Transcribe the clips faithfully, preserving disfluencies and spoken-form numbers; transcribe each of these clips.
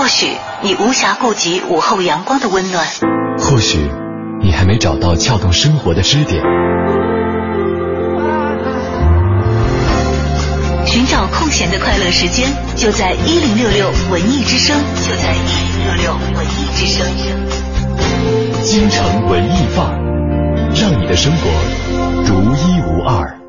许你无暇顾及午后阳光的温暖， 或许你还没找到撬动生活的支点。 寻找空闲的快乐时间，就在一零六六文艺之声，就在一零六六文艺之声。 京城文艺范儿，让你的生活独一无二。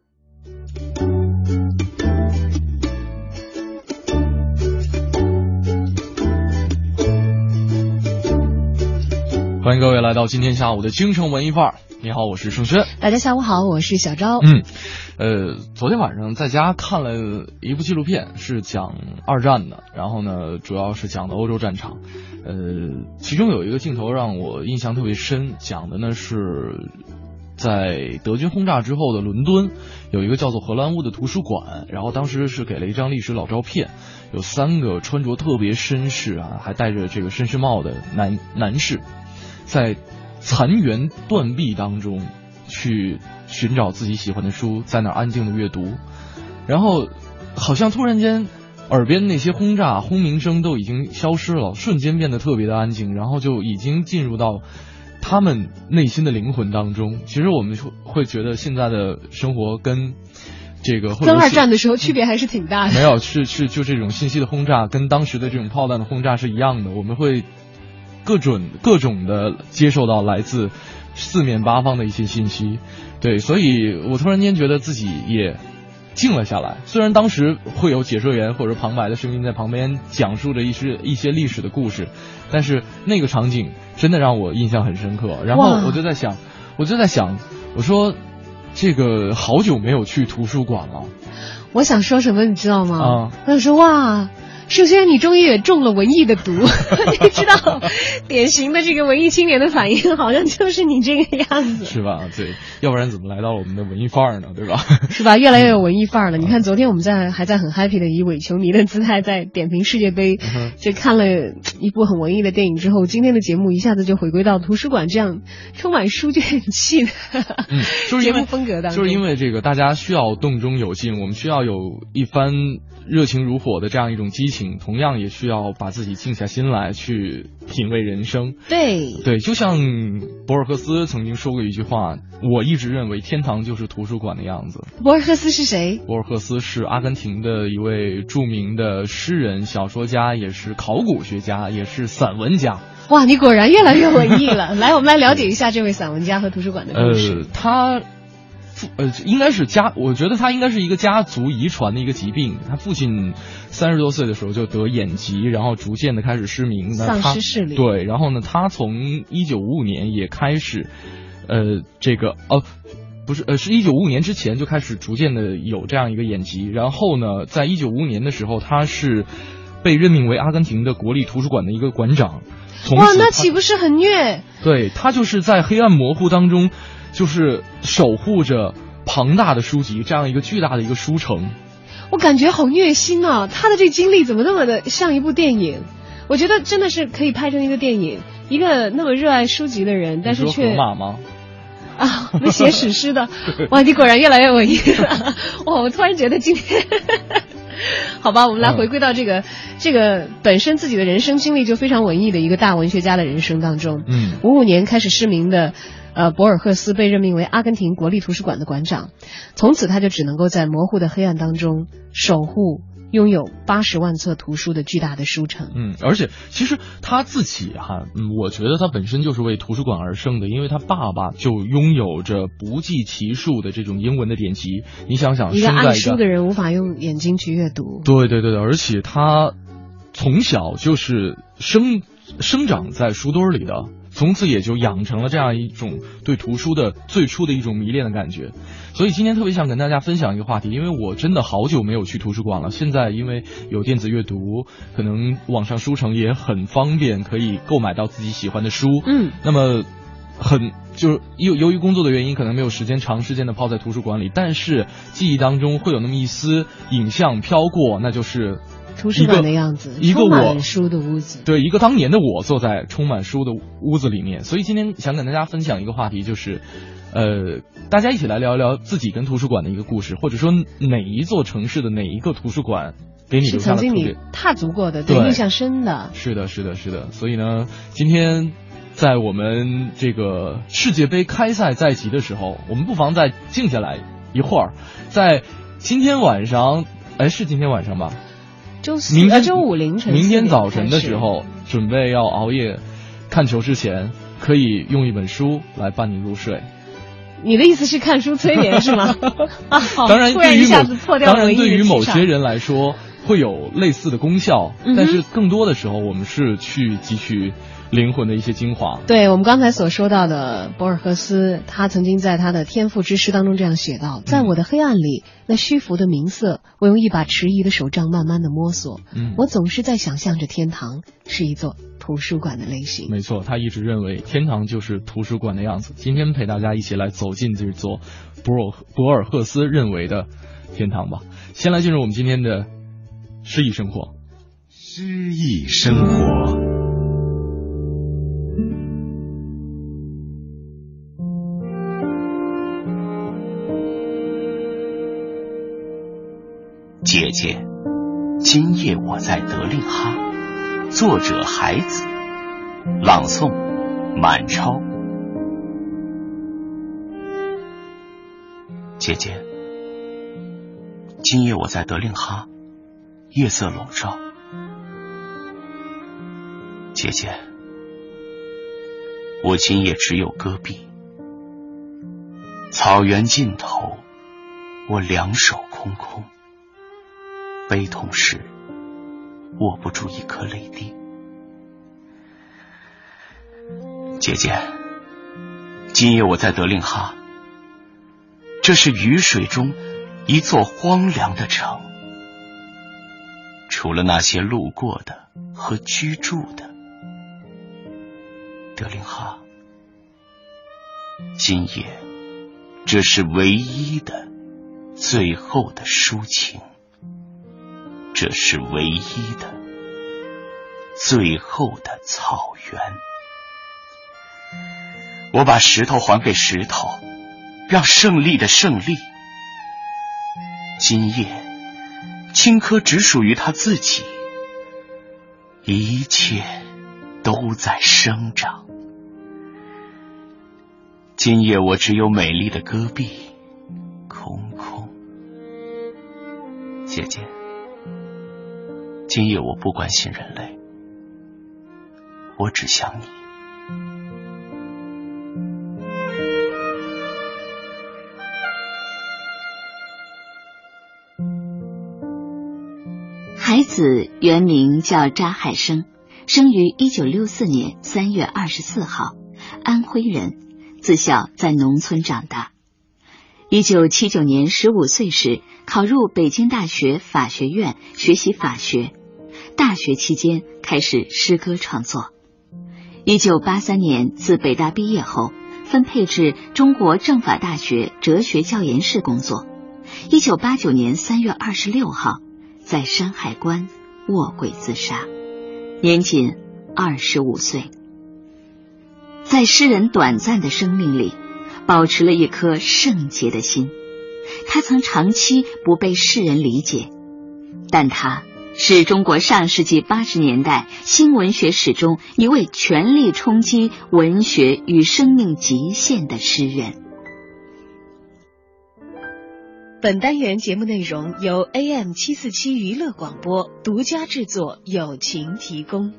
欢迎各位来到今天下午的京城文艺范儿。你好，我是盛轩。 大家下午好，我是小昭。 嗯，呃，昨天晚上在家看了一部纪录片，是讲二战的，然后呢，主要是讲的欧洲战场。呃，其中有一个镜头让我印象特别深，讲的呢是在德军轰炸之后的伦敦，有一个叫做荷兰屋的图书馆，然后当时是给了一张历史老照片，有三个穿着特别绅士啊，还戴着这个绅士帽的男男士，在残垣断壁当中去寻找自己喜欢的书，在那儿安静的阅读，然后好像突然间耳边那些轰炸轰鸣声都已经消失了，瞬间变得特别的安静，然后就已经进入到他们内心的灵魂当中。其实我们会觉得现在的生活跟这个跟二战的时候区别还是挺大的。 没有，是是就这种信息的轰炸跟当时的这种炮弹的轰炸是一样的，我们会各种各种的接受到来自四面八方的一些信息。对，所以我突然间觉得自己也静了下来，虽然当时会有解说员或者旁白的声音在旁边讲述着一些一些历史的故事，但是那个场景真的让我印象很深刻。然后我就在想我就在想我说这个好久没有去图书馆了。 我想说什么你知道吗？ 啊， 我想说哇，盛轩你终于也中了文艺的毒。你知道典型的这个文艺青年的反应好像就是你这个样子， 是吧？对，要不然怎么来到了我们的文艺范儿呢，对吧？ 是吧？越来越有文艺范儿了。你看昨天我们在还在很 happy 的以伪球迷的姿态在点评世界杯， 嗯、 就看了一部很文艺的电影之后，今天的节目一下子就回归到图书馆这样充满书卷气的、 嗯、就是节目风格当中。 就是因为这个大家需要动中有静，我们需要有一番热情如火的这样一种激情，同样也需要把自己静下心来去品味人生。 对对，就像博尔赫斯曾经说过一句话，我一直认为天堂就是图书馆的样子。 博尔赫斯是谁？ 博尔赫斯是阿根廷的一位著名的诗人、小说家，也是考古学家，也是散文家。 哇，你果然越来越文艺了。来，我们来了解一下这位散文家和图书馆的故事。 呃，他呃，应该是家，我觉得他应该是一个家族遗传的一个疾病。他父亲三十多岁的时候就得眼疾，然后逐渐的开始失明， 丧失视力。 对，然后呢，他从一九五五年也开始，呃，这个哦。不是，呃，是一九五五年之前就开始逐渐的有这样一个眼疾，然后呢，在一九五五年的时候，他是被任命为阿根廷的国立图书馆的一个馆长。 哇，那岂不是很虐？ 对，他就是在黑暗模糊当中，就是守护着庞大的书籍，这样一个巨大的一个书城。 我感觉好虐心啊！他的这经历怎么那么的像一部电影？我觉得真的是可以拍成一个电影。一个那么热爱书籍的人，但是却你说河马吗？ 啊，那写史诗的，哇，你果然越来越文艺了。哇，我突然觉得今天好吧，我们来回归到这个、嗯、这个本身自己的人生经历就非常文艺的一个大文学家的人生当中。 嗯， 五五年开始失明的呃博尔赫斯被任命为阿根廷国立图书馆的馆长，从此他就只能够在模糊的黑暗当中守护拥有八十万册图书的巨大的书城。 嗯，而且其实他自己哈、啊，嗯，我觉得他本身就是为图书馆而生的，因为他爸爸就拥有着不计其数的这种英文的典籍。你想想， 一个爱书的人无法用眼睛去阅读。 对对对对，而且他从小就是生生长在书堆里的，从此也就养成了这样一种对图书的最初的一种迷恋的感觉。所以今天特别想跟大家分享一个话题，因为我真的好久没有去图书馆了。现在因为有电子阅读，可能网上书城也很方便，可以购买到自己喜欢的书。 嗯， 那么很就是由由于工作的原因，可能没有时间长时间的泡在图书馆里，但是记忆当中会有那么一丝影像飘过，那就是图书馆的样子， 一个我充满书的屋子， 对，一个当年的我坐在充满书的屋子里面。所以今天想跟大家分享一个话题，就是呃，大家一起来聊一聊自己跟图书馆的一个故事，或者说哪一座城市的哪一个图书馆给你留下了特别是曾经你踏足过的，对，印象深的。 是的，是的，是的。所以呢，今天在我们这个世界杯开赛在即的时候，我们不妨再静下来一会儿，在今天晚上，哎，是今天晚上吧？ 周四、 明天、 呃、周五凌晨， 明天早晨的时候，准备要熬夜看球之前，可以用一本书来伴你入睡。 你的意思是看书催眠是吗？啊，好， 当然， 突然一下子破掉当然对于某些些人来说会有类似的功效， 嗯、 但是更多的时候，我们是去汲取灵魂的一些精华。 对，我们刚才所说到的博尔赫斯，他曾经在他的《天赋之诗》当中这样写道：在我的黑暗里，那虚浮的名色，我用一把迟疑的手杖慢慢的摸索。嗯，我总是在想象着天堂是一座图书馆的类型。 没错，他一直认为天堂就是图书馆的样子。今天陪大家一起来走进这座博尔博尔赫斯认为的天堂吧。先来进入我们今天的诗意生活。 诗意生活。 姐姐，今夜我在德令哈。作者孩子，朗诵满超。姐姐，今夜我在德令哈，夜色笼罩。姐姐，我今夜只有戈壁，草原尽头，我两手空空，悲痛时握不住一颗泪滴。姐姐，今夜我在德令哈，这是雨水中一座荒凉的城，除了那些路过的和居住的。德令哈，今夜这是唯一的最后的抒情，这是唯一的最后的草原。我把石头还给石头，让胜利的胜利。今夜青稞只属于他自己，一切都在生长。今夜我只有美丽的戈壁，空空。姐姐，今夜我不关心人类，我只想你。 孩子原名叫查海生，生于一九六四年三月二十四号，安徽人，自小在农村长大。一九七九年十五岁时，考入北京大学法学院学习法学。大学期间开始诗歌创作。一九八三年自北大毕业后，分配至中国政法大学哲学教研室工作。一九八九年三月二十六号，在山海关卧轨自杀，年仅二十五岁。在诗人短暂的生命里，保持了一颗圣洁的心。他曾长期不被世人理解，但他是中国上世纪八十年代新文学史中一位全力冲击文学与生命极限的诗人。 本单元节目内容由 A M 七四七娱乐广播独家制作，友情提供。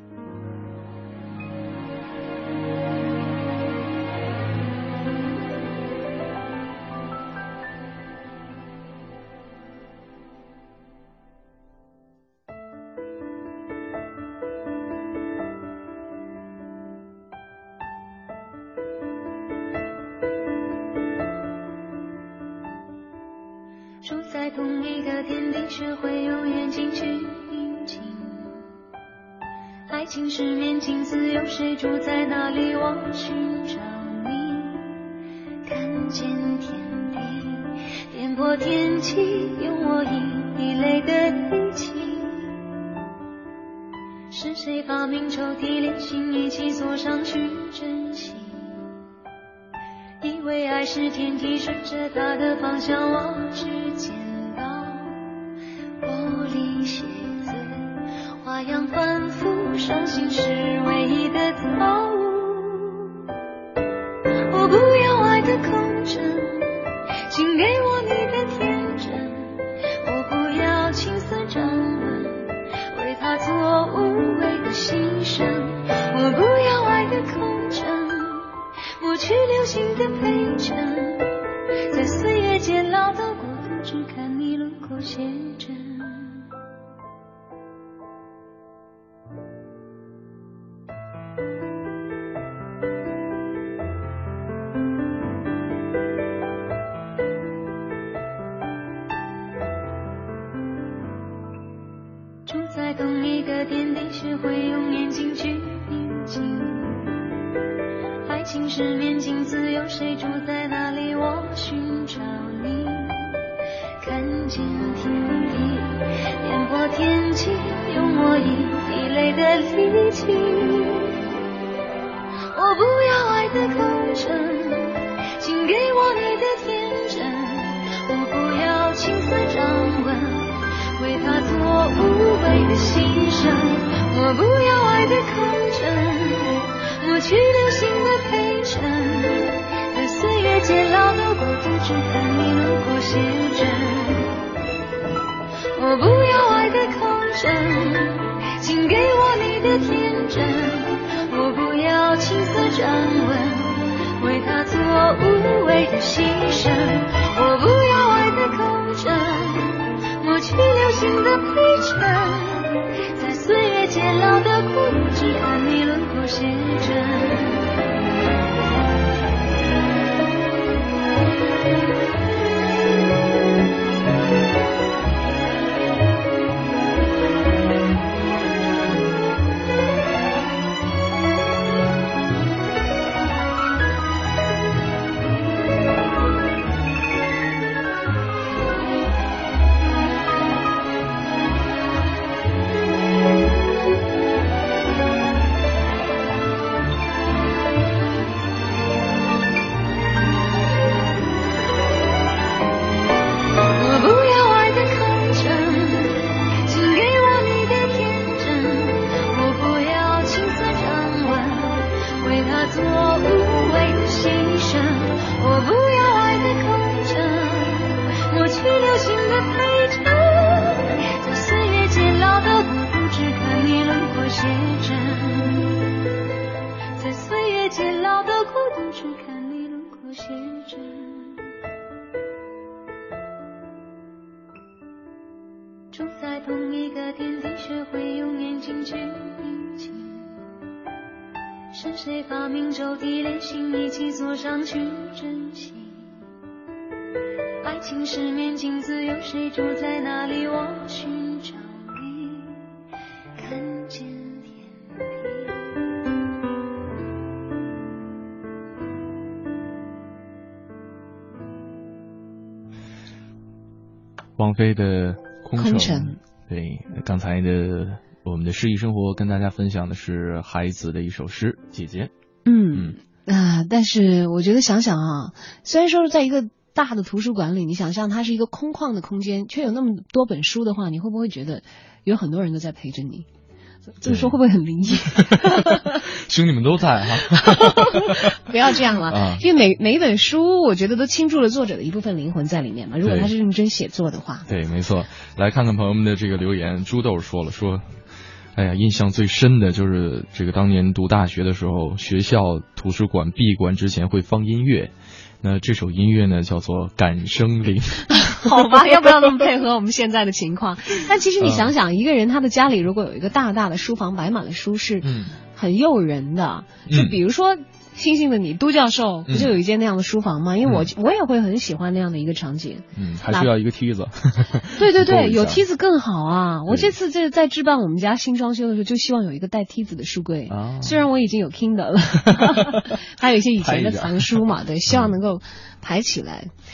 住在同一个天地，学会用眼睛去聆听。爱情是面镜子，有谁住在那里？我寻找你，看见天地，颠簸天气，用我一滴泪的力气。是谁发明抽屉，连心一起锁上去珍惜？以为爱是天梯，顺着它的方向，我只见到玻璃鞋。 花样反复，伤心是唯一的错误。我不要爱的空城，请给我你的天真。我不要青涩掌纹，为他做无谓的牺牲。我不要爱的空城，抹去流星的陪衬，在岁月渐老的国度，只看你轮廓写真。住在同一个天地，学会用眼睛去铭记。爱情是面镜子，有谁住在哪里？我寻找你，看见天地，颠簸天际，用我一滴泪的力气。我不要爱的空城，请给我你的天真。我不要青涩掌纹，为他做无谓的牺牲。我不要爱的空城，抹去流星的陪衬，在岁月渐老的国度，只看你轮廓写真。我不要爱的空城，请给我你的天真。我不要青涩掌纹，为他做无谓的牺牲。我不要爱的空城，抹去流星的陪衬，在岁月渐老的国度，只看你轮廓写真。住在同一个天地，学会用眼睛去铭记。是谁发明周地连心一起坐上去珍惜？爱情是面镜子，有谁住在哪里？我寻找你，看见天地。 王菲的空城， 空城对，刚才的我们的诗意生活跟大家分享的是孩子的一首诗《姐姐》。 嗯啊、呃，但是我觉得想想啊，虽然说是在一个大的图书馆里，你想象它是一个空旷的空间，却有那么多本书的话，你会不会觉得有很多人都在陪着你？这么说会不会很灵异？ 兄弟们都在哈， 不要这样了， 啊、 因为每每一本书，我觉得都倾注了作者的一部分灵魂在里面嘛。如果他是认真写作的话， 对，没错。来看看朋友们的这个留言，朱豆说了说，哎呀，印象最深的就是这个当年读大学的时候，学校图书馆闭馆之前会放音乐。那这首音乐呢，叫做《感生灵》。 好吧，要不要那么配合我们现在的情况？但其实你想想，一个人他的家里如果有一个大大的书房，摆满了书，是很诱人的。 嗯、 就比如说星星的你，都教授不就有一间那样的书房吗？ 嗯、 因为我我也会很喜欢那样的一个场景。 嗯，还需要一个梯子。 对对对，有梯子更好啊！我这次这在置办我们家新装修的时候，就希望有一个带梯子的书柜。啊、虽然我已经有 Kindle 了，还有一些以前的藏书嘛，对，希望能够排起来。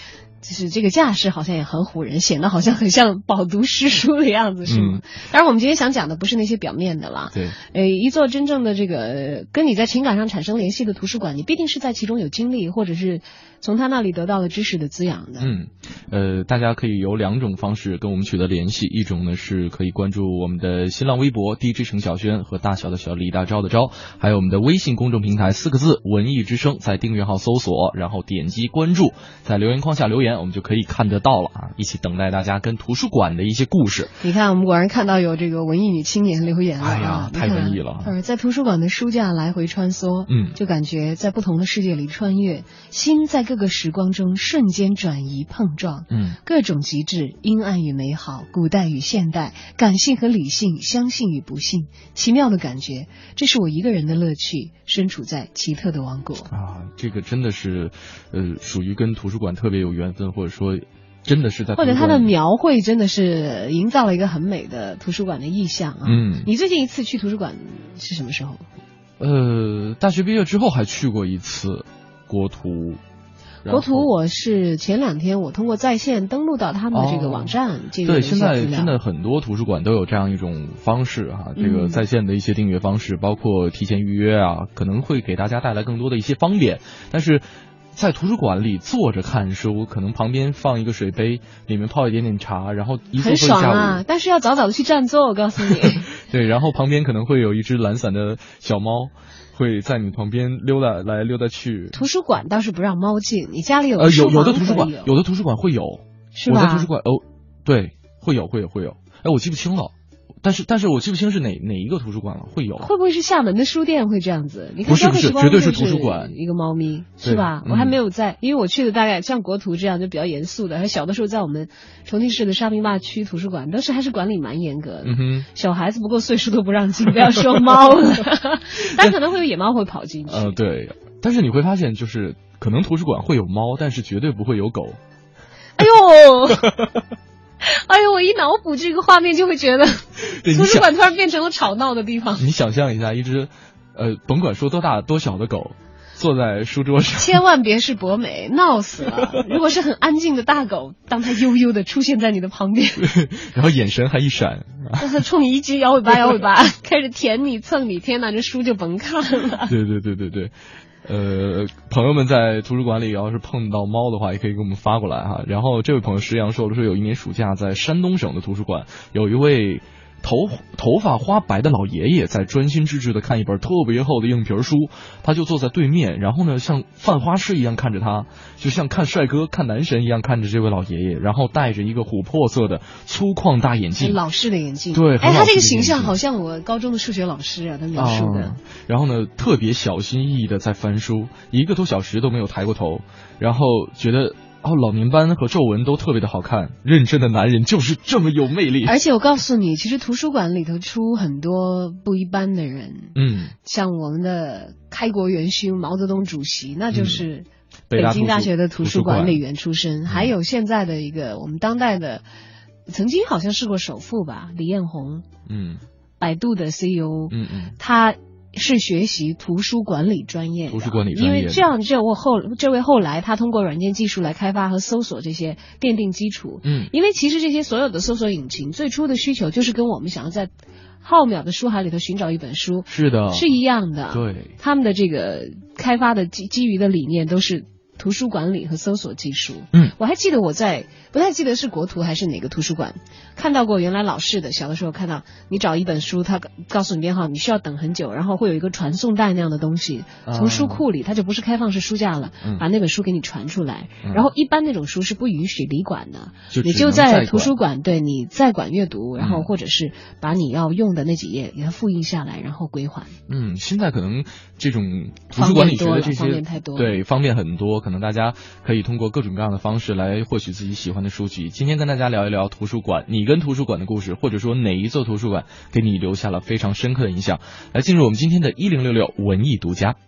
就是这个架势好像也很唬人，显得好像很像饱读诗书的样子，是吗？ 嗯、 当然，我们今天想讲的不是那些表面的啦。 对， 呃，一座真正的这个跟你在情感上产生联系的图书馆，你必定是在其中有经历，或者是从他那里得到了知识的滋养的。 嗯，呃，大家可以有两种方式跟我们取得联系，一种呢是可以关注我们的新浪微博 D J 程小轩和大小的小李大钊的钊，还有我们的微信公众平台四个字文艺之声，在订阅号搜索，然后点击关注，在留言框下留言，我们就可以看得到了啊！一起等待大家跟图书馆的一些故事。 你看，我们果然看到有这个文艺女青年留言了， 哎呀，太文艺了！ 呃，在图书馆的书架来回穿梭， 嗯， 就感觉在不同的世界里穿越，心在各个时光中瞬间转移碰撞， 嗯， 各种极致，阴暗与美好，古代与现代，感性和理性，相信与不信，奇妙的感觉，这是我一个人的乐趣，身处在奇特的王国啊！这个真的是，呃，属于跟图书馆特别有缘分，或者说。真的是在或者他的描绘真的是营造了一个很美的图书馆的意象啊。 嗯， 你最近一次去图书馆是什么时候？ 呃，大学毕业之后还去过一次国图。 国图我是前两天我通过在线登录到他们的这个网站， 哦、 这个对，现在真的很多图书馆都有这样一种方式哈、啊，这个在线的一些订阅方式，嗯、包括提前预约啊，可能会给大家带来更多的一些方便，但是。在图书馆里坐着看书，可能旁边放一个水杯，里面泡一点点茶，然后一坐坐一下午。 很爽啊！但是要早早的去占座，我告诉你。 对，然后旁边可能会有一只懒散的小猫，会在你旁边溜达来溜达去。 图书馆倒是不让猫进，你家里有呃有有的图书馆有的图书馆会有， 是吧？ 我在图书馆哦，对，会有会有会有，哎，我记不清了。但是但是我记不清是哪哪一个图书馆了，会有会不会是厦门的书店会这样子？你看不是不是，绝对是图书馆， 一个猫咪是吧？ 嗯、 我还没有在，因为我去的大概像国图这样就比较严肃的，还小的时候在我们重庆市的沙坪坝区图书馆，当时还是管理蛮严格的， 嗯哼， 小孩子不够岁数都不让进，不要说猫了，但可能会有野猫会跑进去。 呃，对，但是你会发现，就是可能图书馆会有猫，但是绝对不会有狗。 哎呦！哎呦，我一脑补这个画面就会觉得，图书馆突然变成了吵闹的地方。 你想象一下，一只呃，甭管说多大多小的狗，坐在书桌上， 千万别是博美，闹死了。如果是很安静的大狗，当它悠悠的出现在你的旁边， 然后眼神还一闪， 但是冲你一直摇尾巴摇尾巴，开始舔你蹭你，天哪，这书就甭看了。 对对对对对。呃，朋友们在图书馆里要是碰到猫的话，也可以给我们发过来哈。然后这位朋友石阳说了，说有一年暑假在山东省的图书馆，有一位头头发花白的老爷爷在专心致志的看一本特别厚的硬皮书，他就坐在对面，然后呢像犯花痴一样看着他，就像看帅哥看男神一样看着这位老爷爷，然后戴着一个琥珀色的粗犷大眼镜， 老式的眼镜。 对， 哎，他这个形象好像我高中的数学老师啊，他描述的、 啊。然后呢，特别小心翼翼的在翻书，一个多小时都没有抬过头，然后觉得。哦，老年斑和皱纹都特别的好看，认真的男人就是这么有魅力。 而且我告诉你，其实图书馆里头出很多不一般的人， 嗯， 像我们的开国元勋毛泽东主席，那就是北京大学的图书管理员出嗯、 身，还有现在的一个我们当代的，曾经好像是过首富吧，李彦宏， 嗯， 百度的 C E O， 嗯嗯， 他。是学习图书管理专业的， 图书管理专业， 因为这样，这我后这位后来他通过软件技术来开发和搜索这些奠定基础。 嗯， 因为其实这些所有的搜索引擎最初的需求就是跟我们想要在浩渺的书海里头寻找一本书是的是一样的。 对， 他们的这个开发的基基于的理念都是图书管理和搜索技术。 嗯， 我还记得我在不太记得是国图还是哪个图书馆看到过原来老式的，小的时候看到你找一本书，他告诉你编号，你需要等很久，然后会有一个传送带那样的东西从书库里，它就不是开放式书架了， 嗯、 把那本书给你传出来、 嗯、 然后一般那种书是不允许离馆的， 就你就在图书馆对你在馆阅读，然后或者是把你要用的那几页给它复印下来然后归还。 嗯，现在可能这种图书馆里学的这些方便太多了， 对，方便很多，可能大家可以通过各种各样的方式来获取自己喜欢的书籍。今天跟大家聊一聊图书馆，你跟图书馆的故事，或者说哪一座图书馆给你留下了非常深刻的印象。来进入我们今天的一零六六文艺独家。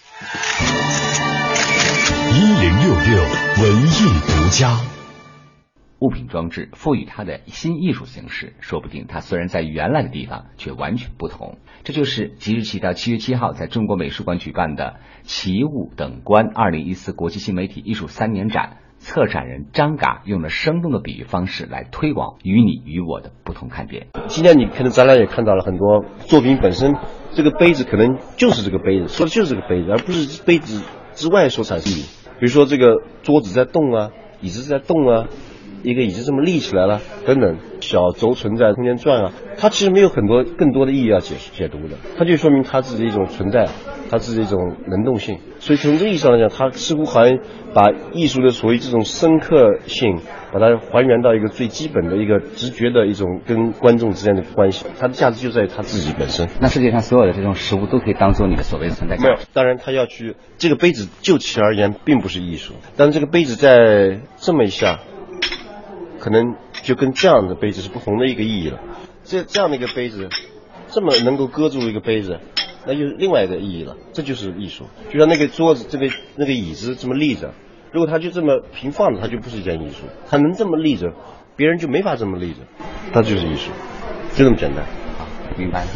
一零六六文艺独家。 物品装置赋予它的新艺术形式，说不定它虽然在原来的地方却完全不同。这就是即日起到七月七号在中国美术馆举办的奇物等观二零一四国际新媒体艺术三年展， 策展人张嘎用了生动的比喻方式来推广与你与我的不同看点。 今天你可能展览也看到了很多作品本身，这个杯子可能就是这个杯子，说的就是这个杯子，而不是杯子之外所产生的。比如说这个桌子在动啊，椅子在动啊，一个椅子这么立起来了等等，小轴存在空间转啊，它其实没有很多更多的意义要解解读的，它就说明它自己的一种存在，它自己的一种能动性。所以从这个意义上来讲，它似乎好像把艺术的所谓这种深刻性，把它还原到一个最基本的一个直觉的一种跟观众之间的关系，它的价值就在于它自己本身。 那世界上所有的这种食物都可以当做你的所谓的存在感？ 没有，当然它要去这个杯子就其而言并不是艺术，但是这个杯子在这么一下可能就跟这样的杯子是不同的一个意义了。这这样的一个杯子这么能够搁住一个杯子，那就是另外一个意义了，这就是艺术。就像那个桌子这个那个椅子这么立着，如果它就这么平放着，它就不是一件艺术。它能这么立着，别人就没法这么立着，它就是艺术，就这么简单。 好，明白了。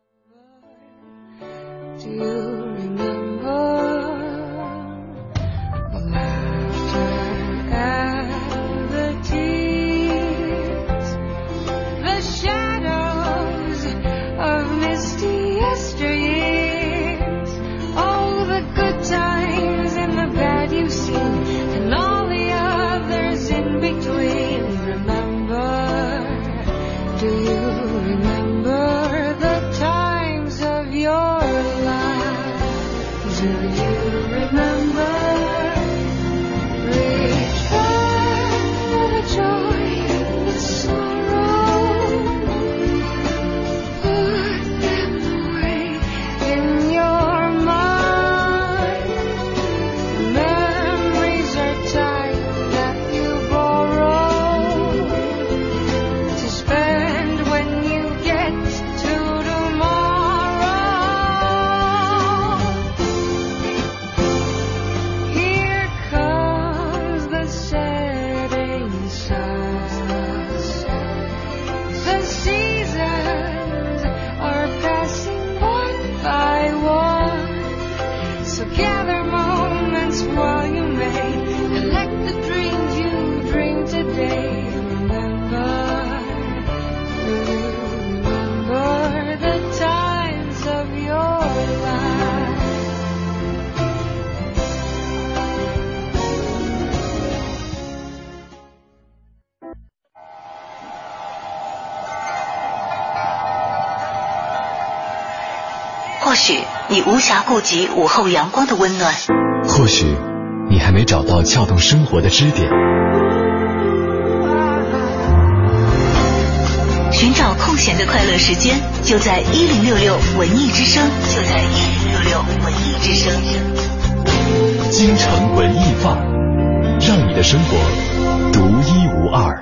或许你无暇顾及午后阳光的温暖， 或许你还没找到撬动生活的支点。 寻找空闲的快乐时间，就在一零六六文艺之声，就在一零六六文艺之声。 京城文艺范儿，让你的生活独一无二。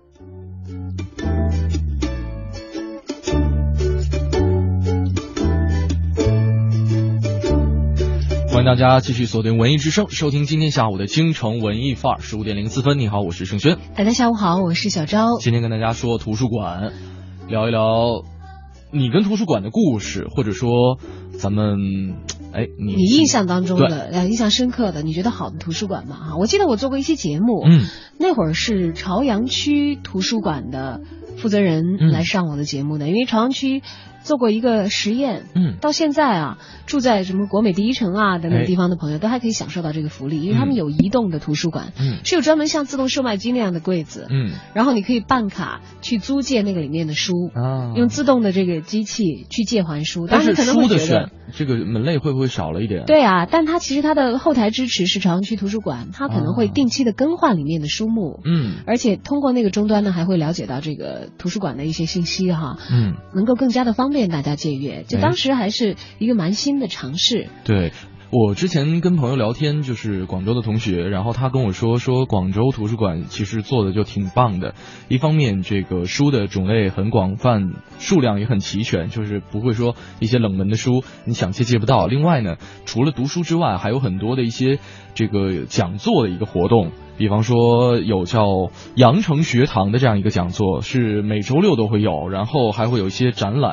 欢迎大家继续锁定文艺之声，收听今天下午的京城文艺范儿，十五点零四分。你好，我是盛轩。 大家下午好，我是小昭。 今天跟大家说图书馆，聊一聊你跟图书馆的故事，或者说咱们哎你你印象当中的呃印象深刻的，你觉得好的图书馆吧？哈，我记得我做过一期节目，嗯，那会儿是朝阳区图书馆的负责人来上我的节目的，嗯、因为朝阳区做过一个实验，嗯，到现在啊，住在什么国美第一城啊等等地方的朋友都还可以享受到这个福利，因为他们有移动的图书馆，嗯，是有专门像自动售卖机那样的柜子，嗯，然后你可以办卡去租借那个里面的书，啊，用自动的这个机器去借还书， 但是可能会觉得这个门类会不会少了一点？ 对啊，但它其实它的后台支持是朝阳区图书馆，它可能会定期的更换里面的书目，嗯，而且通过那个终端呢，还会了解到这个图书馆的一些信息哈，嗯，能够更加的方便大家借阅。就当时还是一个蛮新的尝试。 对，我之前跟朋友聊天，就是广州的同学，然后他跟我说说广州图书馆其实做的就挺棒的，一方面这个书的种类很广泛，数量也很齐全，就是不会说一些冷门的书你想借借不到。另外呢，除了读书之外，还有很多的一些这个讲座的一个活动，比方说有叫羊城学堂的这样一个讲座，是每周六都会有，然后还会有一些展览，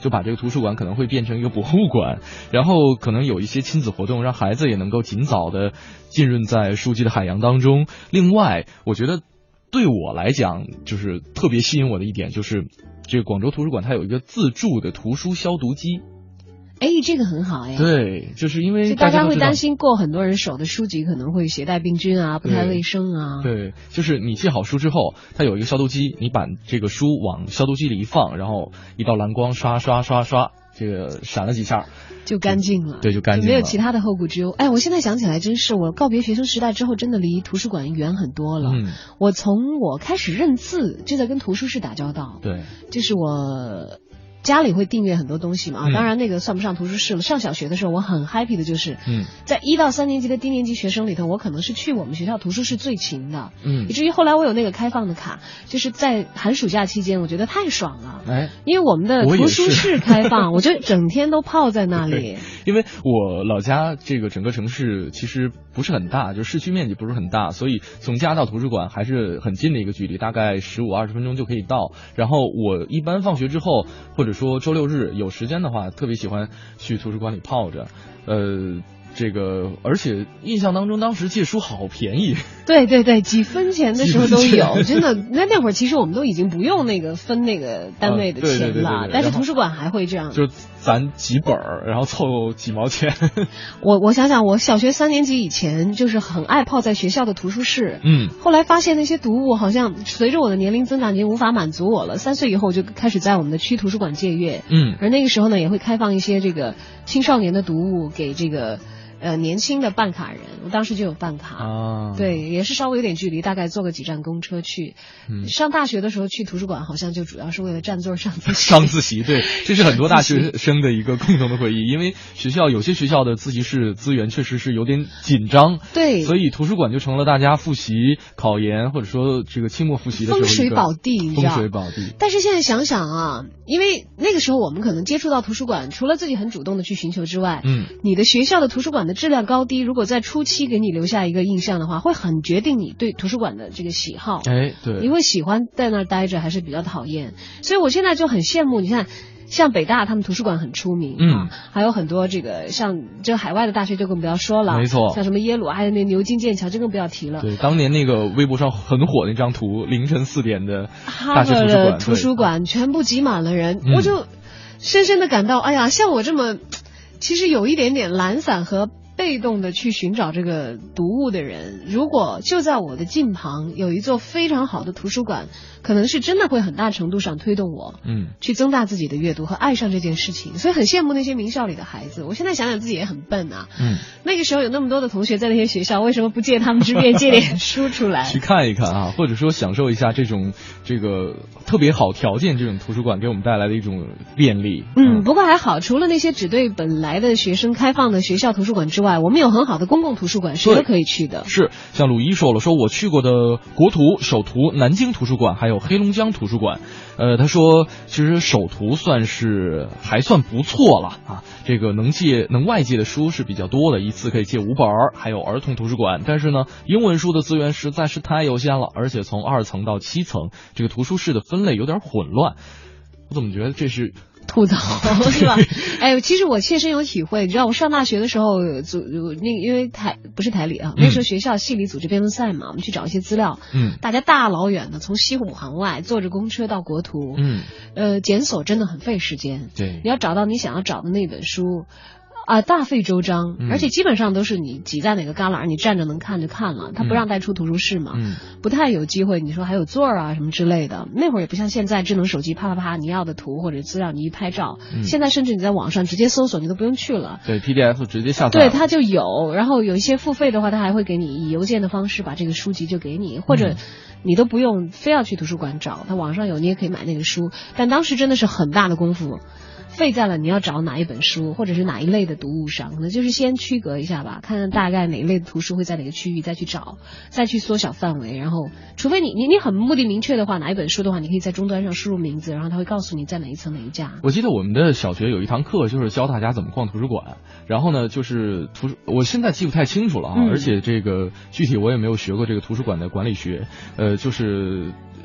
就把这个图书馆可能会变成一个博物馆，然后可能有一些亲子活动，让孩子也能够尽早的浸润在书籍的海洋当中。另外，我觉得对我来讲，就是特别吸引我的一点，就是这个广州图书馆它有一个自助的图书消毒机。 哎，这个很好哎。 对，就是因为大家会担心过很多人手的书籍可能会携带病菌啊，不太卫生啊。 对，就是你记好书之后，它有一个消毒机，你把这个书往消毒机里一放，然后一道蓝光刷刷刷刷，这个闪了几下就干净了。 对，就干净了， 没有其他的后顾之忧。哎，我现在想起来，真是我告别学生时代之后，真的离图书馆远很多了。 嗯， 我从我开始认字就在跟图书室打交道。 对， 就是我家里会订阅很多东西嘛， 嗯、 当然那个算不上图书室了。上小学的时候，我很 happy 的就是， 嗯， 在一到三年级的低年级学生里头，我可能是去我们学校图书室最勤的， 嗯， 以至于后来我有那个开放的卡，就是在寒暑假期间，我觉得太爽了， 哎， 因为我们的图书室开放，我就整天都泡在那里。 因为我老家这个整个城市其实不是很大，就市区面积不是很大，所以从家到图书馆还是很近的一个距离，大概十五二十分钟就可以到。然后我一般放学之后，或者说周六日有时间的话，特别喜欢去图书馆里泡着，呃。这个，而且印象当中，当时借书好便宜。 对对对，几分钱的时候都有，真的。那那会儿其实我们都已经不用那个分那个单位的钱了，啊、对对对对对，但是图书馆还会这样， 就攒几本儿，然后凑几毛钱。 我我想想，我小学三年级以前就是很爱泡在学校的图书室， 嗯， 后来发现那些读物好像随着我的年龄增长已经无法满足我了。三岁以后就开始在我们的区图书馆借阅， 嗯， 而那个时候呢也会开放一些这个青少年的读物给这个。呃，年轻的办卡人，我当时就有办卡， 啊， 对，也是稍微有点距离，大概坐个几站公车去。 嗯， 上大学的时候去图书馆，好像就主要是为了占座上自习。 上自习，对，这是很多大学生的一个共同的回忆，因为学校有些学校的自习室资源确实是有点紧张， 对， 所以图书馆就成了大家复习、考研或者说这个期末复习的时候风水宝地，你知道？ 风水宝地。 但是现在想想啊，因为那个时候我们可能接触到图书馆，除了自己很主动的去寻求之外， 嗯， 你的学校的图书馆的质量高低。如果在初期给你留下一个印象的话，会很决定你对图书馆的这个喜好。 哎，对， 你会喜欢在那儿待着，还是比较讨厌？所以我现在就很羡慕，你看，像北大他们图书馆很出名， 嗯， 啊，还有很多这个像这个海外的大学就更不要说了， 没错， 像什么耶鲁，还有那牛津、剑桥，这更不要提了。 对，当年那个微博上很火那张图，凌晨四点的大学图书馆， 哈佛的图书馆全部挤满了人， 嗯， 我就深深的感到，哎呀，像我这么其实有一点点懒散和被动的去寻找这个读物的人，如果就在我的近旁有一座非常好的图书馆，可能是真的会很大程度上推动我， 嗯， 去增大自己的阅读和爱上这件事情。所以很羡慕那些名校里的孩子。我现在想想自己也很笨啊， 嗯， 那个时候有那么多的同学在那些学校，为什么不借他们之便借点书出来去看一看啊，或者说享受一下这种这个特别好条件这种图书馆给我们带来的一种便利。 嗯，不过还好，除了那些只对本来的学生开放的学校图书馆之外，我们有很好的公共图书馆，谁都可以去的。 是，像鲁一说了，说我去过的国图、首图、南京图书馆，还有黑龙江图书馆。呃，他说，其实首图算是还算不错了啊，这个能借能外借的书是比较多的，一次可以借五本儿，还有儿童图书馆。但是呢，英文书的资源实在是太有限了，而且从二层到七层，这个图书室的分类有点混乱。我怎么觉得这是吐槽是吧？哎，其实我切身有体会，你知道我上大学的时候组那因为台不是台里啊，那时候学校系里组织辩论赛嘛，我们去找一些资料， 嗯， 大家大老远的从西五环外坐着公车到国图， 嗯， 呃，检索真的很费时间， 对， 你要找到你想要找的那本书。啊，大费周章， 嗯， 而且基本上都是你挤在哪个旮旯，你站着能看就看了，他不让带出图书室嘛， 嗯， 不太有机会。你说还有座啊什么之类的，那会儿也不像现在智能手机啪啪啪，你要的图或者资料你一拍照， 嗯， 现在甚至你在网上直接搜索，你都不用去了， 对 P D F 直接下载， 对，它就有。然后有一些付费的话，他还会给你以邮件的方式把这个书籍就给你，或者你都不用非要去图书馆找，他网上有，你也可以买那个书。但当时真的是很大的功夫。费在了你要找哪一本书或者是哪一类的读物上，可能就是先区隔一下吧，看看大概哪一类的图书会在哪个区域，再去找，再去缩小范围。然后除非你你你很目的明确的话，哪一本书的话，你可以在终端上输入名字，然后他会告诉你在哪一层哪一架。 我记得我们的小学有一堂课就是教大家怎么逛图书馆，然后呢就是图书，我现在记不太清楚了啊， 嗯， 而且这个具体我也没有学过这个图书馆的管理学，呃就是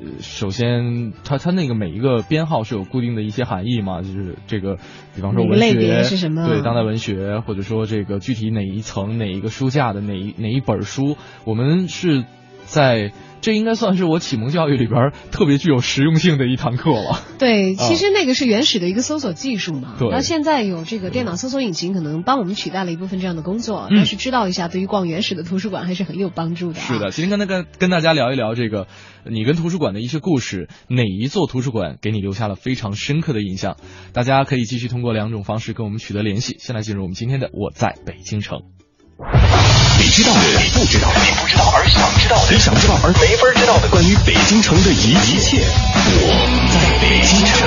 首先它它那个每一个编号是有固定的一些含义嘛，就是这个比方说文类学别是什么， 对，当代文学，或者说这个具体哪一层哪一个书架的哪一哪一本书，我们是在这应该算是我启蒙教育里边特别具有实用性的一堂课了。 对，其实那个是原始的一个搜索技术嘛。 对。 那现在有这个电脑搜索引擎，可能帮我们取代了一部分这样的工作， 嗯、 但是知道一下，对于逛原始的图书馆还是很有帮助的、啊。 是的，今天跟跟跟大家聊一聊这个你跟图书馆的一些故事，哪一座图书馆给你留下了非常深刻的印象？大家可以继续通过两种方式跟我们取得联系。先来进入我们今天的我在北京城。 你知道的，你不知道的，你不知道而想知道的，你想知道而没法知道的，关于北京城的一一切，我在北京城。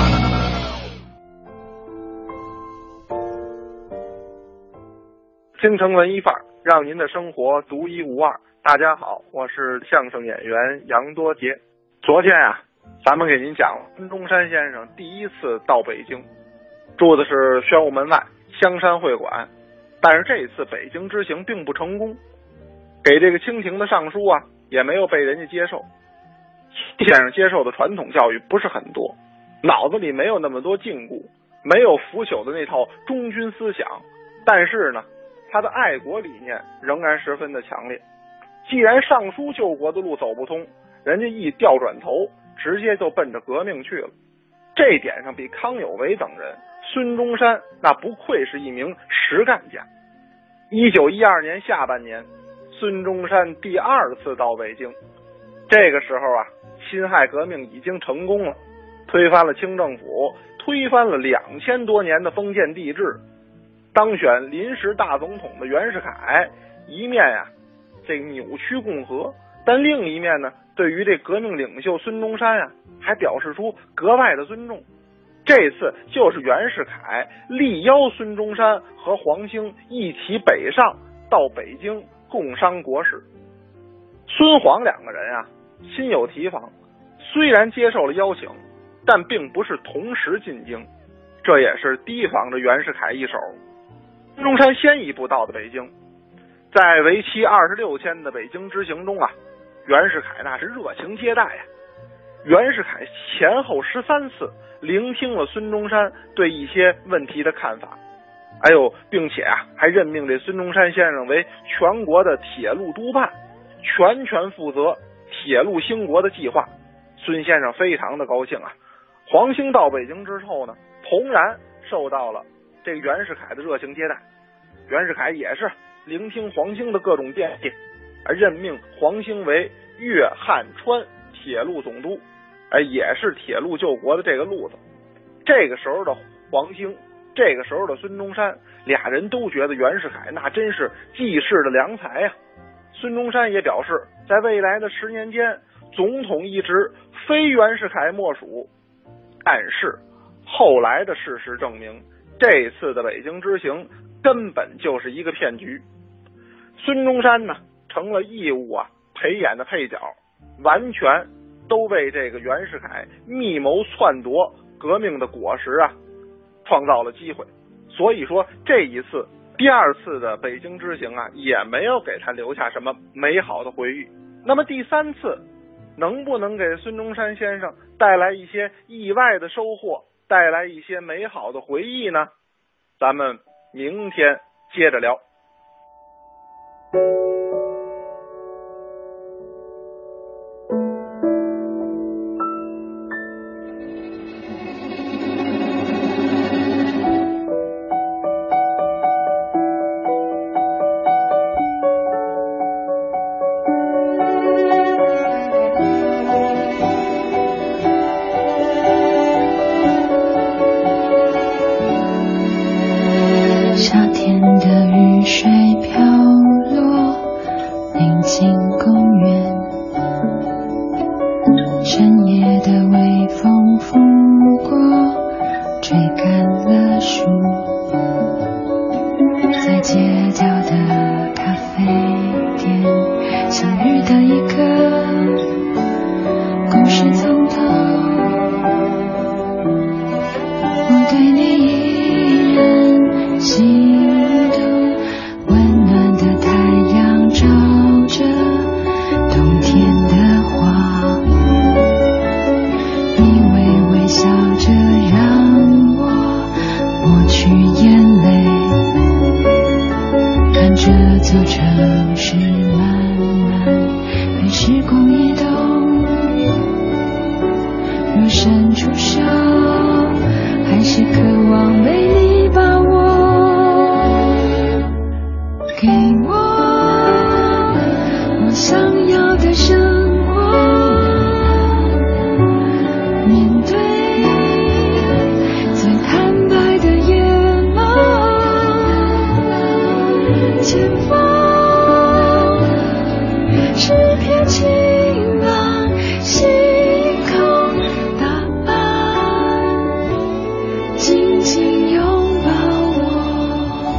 京城文艺范儿，让您的生活独一无二。大家好，我是相声演员杨多杰。昨天啊，咱们给您讲孙中山先生第一次到北京，住的是宣武门外香山会馆。但是这一次北京之行并不成功，给这个清廷的上书啊，也没有被人家接受。先生接受的传统教育不是很多，脑子里没有那么多禁锢，没有腐朽的那套忠君思想，但是呢，他的爱国理念仍然十分的强烈。既然上书救国的路走不通，人家一调转头，直接就奔着革命去了。这一点上比康有为等人，孙中山那不愧是一名实干家。一九一二年下半年，孙中山第二次到北京。这个时候啊，辛亥革命已经成功了，推翻了清政府，推翻了两千多年的封建帝制，当选临时大总统的袁世凯，一面呀、啊，这个扭曲共和，但另一面呢，对于这革命领袖孙中山啊，还表示出格外的尊重。这次就是袁世凯力邀孙中山和黄兴一起北上到北京共商国事。孙黄两个人啊，心有提防，虽然接受了邀请，但并不是同时进京，这也是提防着袁世凯一手。孙中山先一步到的北京，在为期二十六天的北京之行中啊，袁世凯那是热情接待呀、啊。袁世凯前后十三次聆听了孙中山对一些问题的看法，还有并且啊，还任命这孙中山先生为全国的铁路督办，全权负责铁路兴国的计划。孙先生非常的高兴啊。黄兴到北京之后呢，同然受到了这个袁世凯的热情接待。袁世凯也是聆听黄兴的各种建议，而任命黄兴为粤汉川铁路总督，哎，也是铁路救国的这个路子。这个时候的黄兴，这个时候的孙中山，俩人都觉得袁世凯那真是济世的良才呀、啊。孙中山也表示，在未来的十年间，总统一职非袁世凯莫属。但是后来的事实证明，这次的北京之行根本就是一个骗局。孙中山呢，成了义务啊陪演的配角，完全都为这个袁世凯密谋篡夺革命的果实啊创造了机会。所以说这一次第二次的北京之行啊，也没有给他留下什么美好的回忆。那么第三次能不能给孙中山先生带来一些意外的收获，带来一些美好的回忆呢？咱们明天接着聊。 冬天的花直渴望被你把握，给我我想要的生活，面对最坦白的眼眸，前方是片晴朗星空，答案紧紧拥抱我。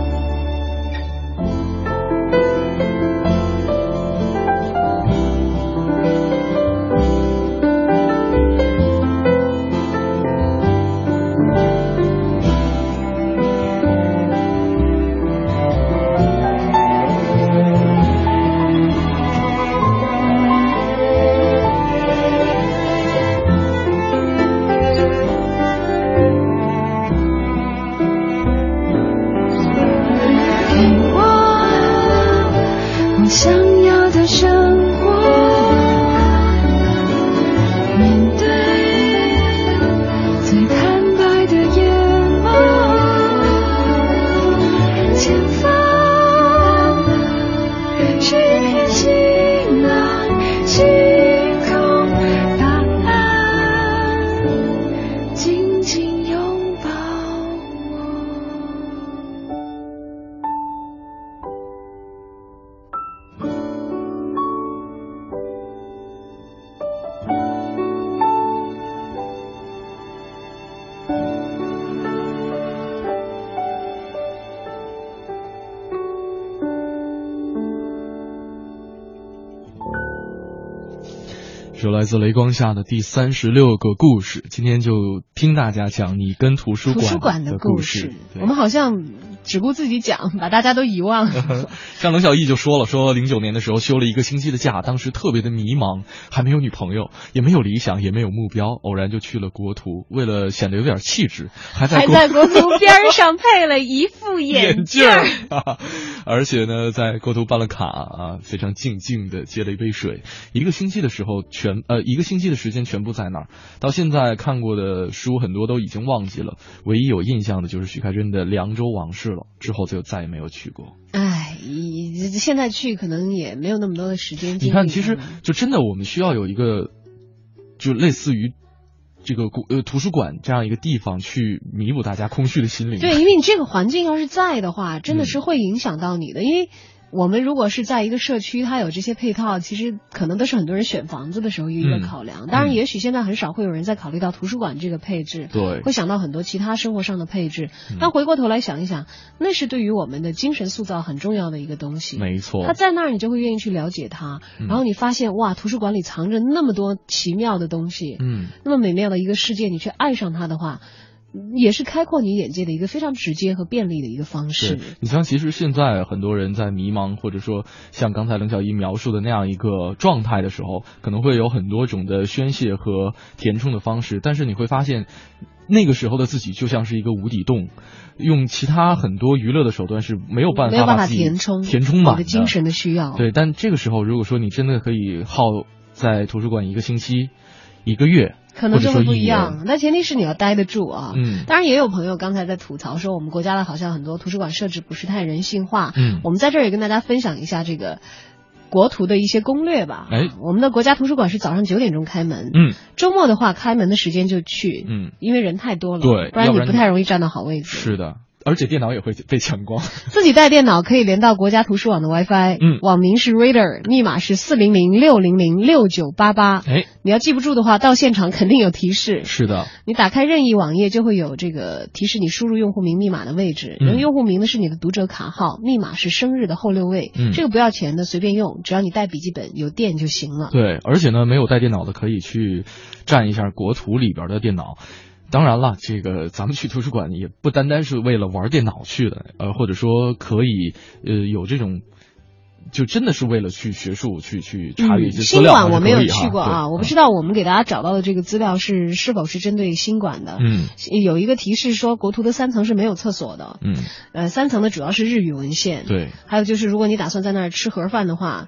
是来自雷光下的第三十六个故事，今天就听大家讲你跟图书馆图书馆的故事。 我们好像只顾自己讲，把大家都遗忘了。 像冷小艺就说了，说零九年的时候休了一个星期的假，当时特别的迷茫，还没有女朋友，也没有理想，也没有目标，偶然就去了国图，为了显得有点气质，还在还在国图边上配了一副眼镜儿。 而且呢，在国图办了卡啊，非常静静的接了一杯水，一个星期的时候全呃一个星期的时间全部在那儿。到现在看过的书很多都已经忘记了，唯一有印象的就是许开真的《凉州往事》了，之后就再也没有去过。 哎，现在去可能也没有那么多的时间。 你看，其实就真的我们需要有一个，就类似于这个呃图书馆这样一个地方去弥补大家空虚的心灵。 对，因为你这个环境要是在的话，真的是会影响到你的。嗯、因为我们如果是在一个社区，它有这些配套，其实可能都是很多人选房子的时候一个考量。嗯、当然，也许现在很少会有人在考虑到图书馆这个配置， 对， 会想到很多其他生活上的配置。嗯、但回过头来想一想，那是对于我们的精神塑造很重要的一个东西。 没错， 它在那儿，你就会愿意去了解它，嗯、然后你发现哇，图书馆里藏着那么多奇妙的东西， 嗯， 那么美妙的一个世界，你去爱上它的话。也是开阔你眼界的一个非常直接和便利的一个方式。 你像其实现在很多人在迷茫，或者说像刚才冷小艺描述的那样一个状态的时候，可能会有很多种的宣泄和填充的方式，但是你会发现那个时候的自己就像是一个无底洞，用其他很多娱乐的手段是没有办法没有办法填充填充满的你的精神的需要。 对，但这个时候如果说你真的可以耗在图书馆一个星期一个月， 可能就会不一样，但前提是你要待得住啊。 嗯， 当然也有朋友刚才在吐槽说，我们国家的好像很多图书馆设置不是太人性化。 嗯， 我们在这儿也跟大家分享一下这个国图的一些攻略吧。 哎， 我们的国家图书馆是早上九点钟开门。 嗯， 周末的话开门的时间就去。 嗯， 因为人太多了。 对， 不然你不太容易占到好位置。 是的。而且电脑也会被抢光。 自己带电脑可以连到国家图书网的 WiFi， 嗯， 网名是 Reader， 密码是四零零六零零六九八八。 哎， 你要记不住的话，到现场肯定有提示。 是的， 你打开任意网页就会有这个提示你输入用户名密码的位置。 嗯， 用户名呢是你的读者卡号，密码是生日的后六位。 嗯， 这个不要钱的，随便用，只要你带笔记本有电就行了。 对，而且呢，没有带电脑的可以去占一下国图里边的电脑。当然了，这个咱们去图书馆也不单单是为了玩电脑去的，呃，或者说可以呃有这种，就真的是为了去学术去去查阅一些资料。 嗯、新馆我没有去过啊，我不知道我们给大家找到的这个资料是是否是针对新馆的。 嗯， 有一个提示说国图的三层是没有厕所的。 嗯， 呃，三层的主要是日语文献。 对， 还有就是如果你打算在那儿吃盒饭的话。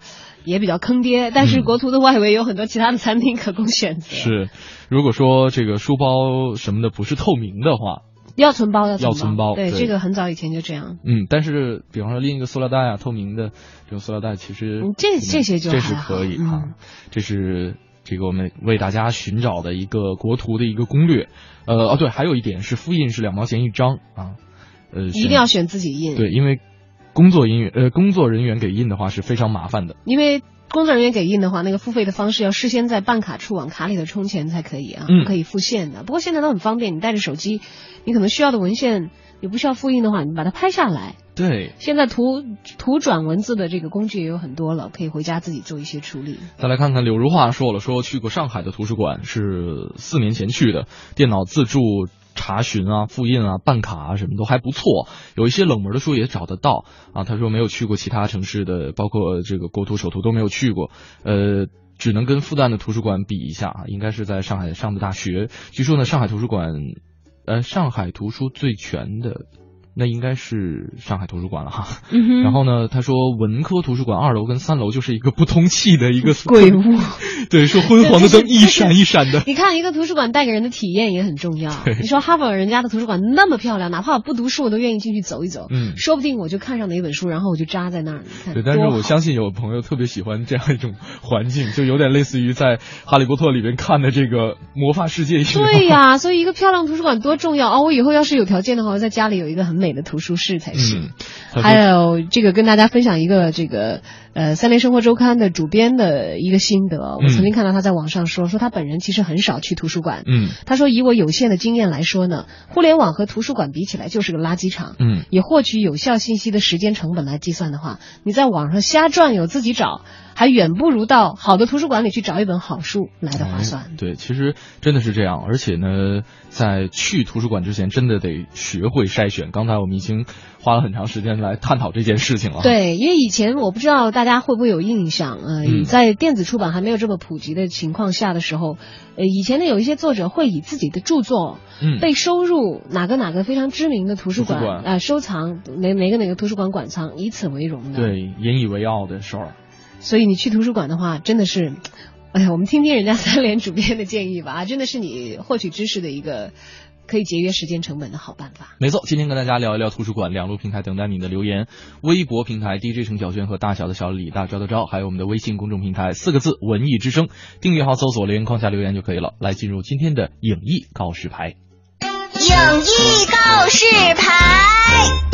也比较坑爹，但是国图的外围有很多其他的餐厅可供选择。 是，如果说这个书包什么的不是透明的话， 要存包，要存包， 要存包对， 对这个很早以前就这样。 嗯，但是比方说拎一个塑料袋啊，透明的这种塑料袋，其实嗯这这些就这是还好可以嗯啊，这是这个我们为大家寻找的一个国图的一个攻略。呃，哦对，还有一点是复印是两毛钱一张啊，呃， 一定要选自己印。 对，因为工作人员呃工作人员给印的话是非常麻烦的。 因为工作人员给印的话，那个付费的方式要事先在办卡处往卡里头充钱才可以啊， 嗯不可以付现的。不过现在都很方便，你带着手机，你可能需要的文献你不需要复印的话，你把它拍下来。 对， 现在图图转文字的这个工具也有很多了，可以回家自己做一些处理。 再来看看柳如画说了，说去过上海的图书馆，是四年前去的，电脑自助查询啊、复印啊、办卡啊什么都还不错，有一些冷门的书也找得到啊。他说没有去过其他城市的，包括这个国图、首图都没有去过，呃。只能跟复旦的图书馆比一下啊，应该是在上海上的大学。据说呢，上海图书馆，呃，上海图书最全的，那应该是上海图书馆了哈。 嗯哼。 然后呢，他说文科图书馆二楼跟三楼就是一个不通气的一个鬼屋。 对，说昏黄的灯一闪一闪的。 你看一个图书馆带给人的体验也很重要。你说哈佛人家的图书馆那么漂亮，哪怕我不读书我都愿意进去走一走。 嗯， 说不定我就看上哪一本书，然后我就扎在那儿。你看， 对，但是我相信有朋友特别喜欢这样一种环境，就有点类似于在《哈利波特》里面看的这个魔法世界一样。 对呀，所以一个漂亮图书馆多重要啊！我以后要是有条件的话，我在家里有一个很美的图书室才行。 嗯、 还有这个跟大家分享一个这个呃三联生活周刊的主编的一个心得，我曾经看到他在网上说，说他本人其实很少去图书馆。 嗯， 他说以我有限的经验来说呢，互联网和图书馆比起来就是个垃圾场。 嗯， 以获取有效信息的时间成本来计算的话，你在网上瞎转悠自己找，还远不如到好的图书馆里去找一本好书来的划算。 哎、对，其实真的是这样，而且呢，在去图书馆之前，真的得学会筛选。刚才我们已经花了很长时间来探讨这件事情了。 对，因为以前我不知道大家会不会有印象，呃， 嗯、 在电子出版还没有这么普及的情况下的时候，呃，以前呢有一些作者会以自己的著作， 嗯， 被收入哪个哪个非常知名的图书馆啊、呃、收藏，哪哪个哪个图书馆馆藏，以此为荣的。 对，引以为傲的事儿。 所以你去图书馆的话，真的是，哎呀，我们听听人家三联主编的建议吧，啊，真的是你获取知识的一个可以节约时间成本的好办法。 没错，今天跟大家聊一聊图书馆，两路平台等待你的留言，微博平台 D J 程小轩和大小的小李大招的招，还有我们的微信公众平台四个字文艺之声，订阅号搜索留言框下留言就可以了。来进入今天的影艺告示牌。 影艺告示牌。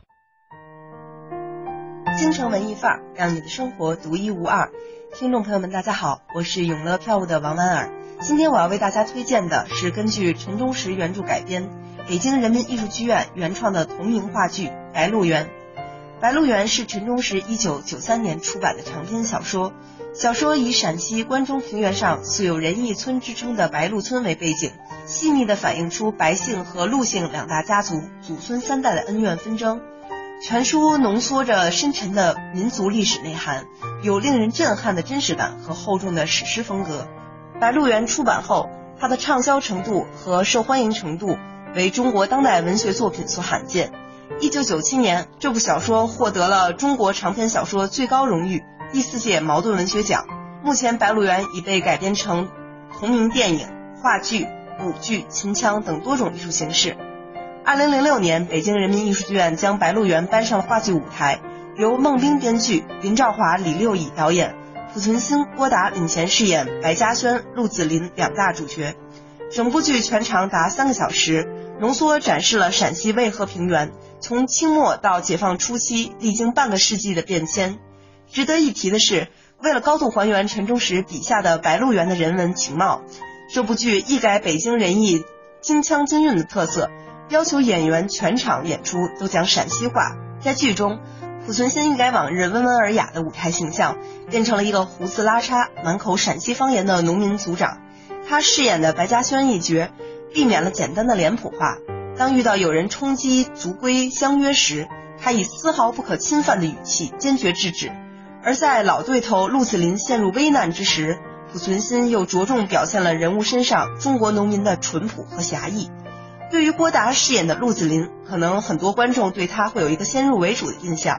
京城文艺范儿，让你的生活独一无二。听众朋友们大家好，我是永乐票务的王婉尔。今天我要为大家推荐的是根据陈忠实原著改编，北京人民艺术剧院原创的同名话剧《白鹿原》。《白鹿原》是陈忠实一九九三年出版的长篇小说，小说以陕西关中平原上素有仁义村之称的白鹿村为背景，细腻地反映出白姓和鹿姓两大家族祖孙三代的恩怨纷争。全书浓缩着深沉的民族历史内涵，有令人震撼的真实感和厚重的史诗风格。白鹿原出版后，它的畅销程度和受欢迎程度为中国当代文学作品所罕见。一九九七年，这部小说获得了中国长篇小说最高荣誉第四届茅盾文学奖。目前，白鹿原已被改编成同名电影、话剧、舞剧、秦腔等多种艺术形式。二零零六年，北京人民艺术剧院将《白鹿原》搬上话剧舞台，由孟冰编剧，林兆华、李六乙导演，濮存昕、郭达领衔饰演白嘉轩、陆子霖两大主角。整部剧全长达三个小时，浓缩展示了陕西渭河平原从清末到解放初期历经半个世纪的变迁。值得一提的是，为了高度还原陈忠实笔下的白鹿原的人文情貌，这部剧一改北京人艺京腔京韵的特色，要求演员全场演出都讲陕西话。在剧中，濮存昕一改往日温文尔雅的舞台形象，变成了一个胡子拉碴、满口陕西方言的农民族长。他饰演的白嘉轩一角，避免了简单的脸谱化。当遇到有人冲击族规相约时，他以丝毫不可侵犯的语气坚决制止。而在老对头陆子霖陷入危难之时，濮存昕又着重表现了人物身上中国农民的淳朴和侠义。对于郭达饰演的陆子霖，可能很多观众对他会有一个先入为主的印象。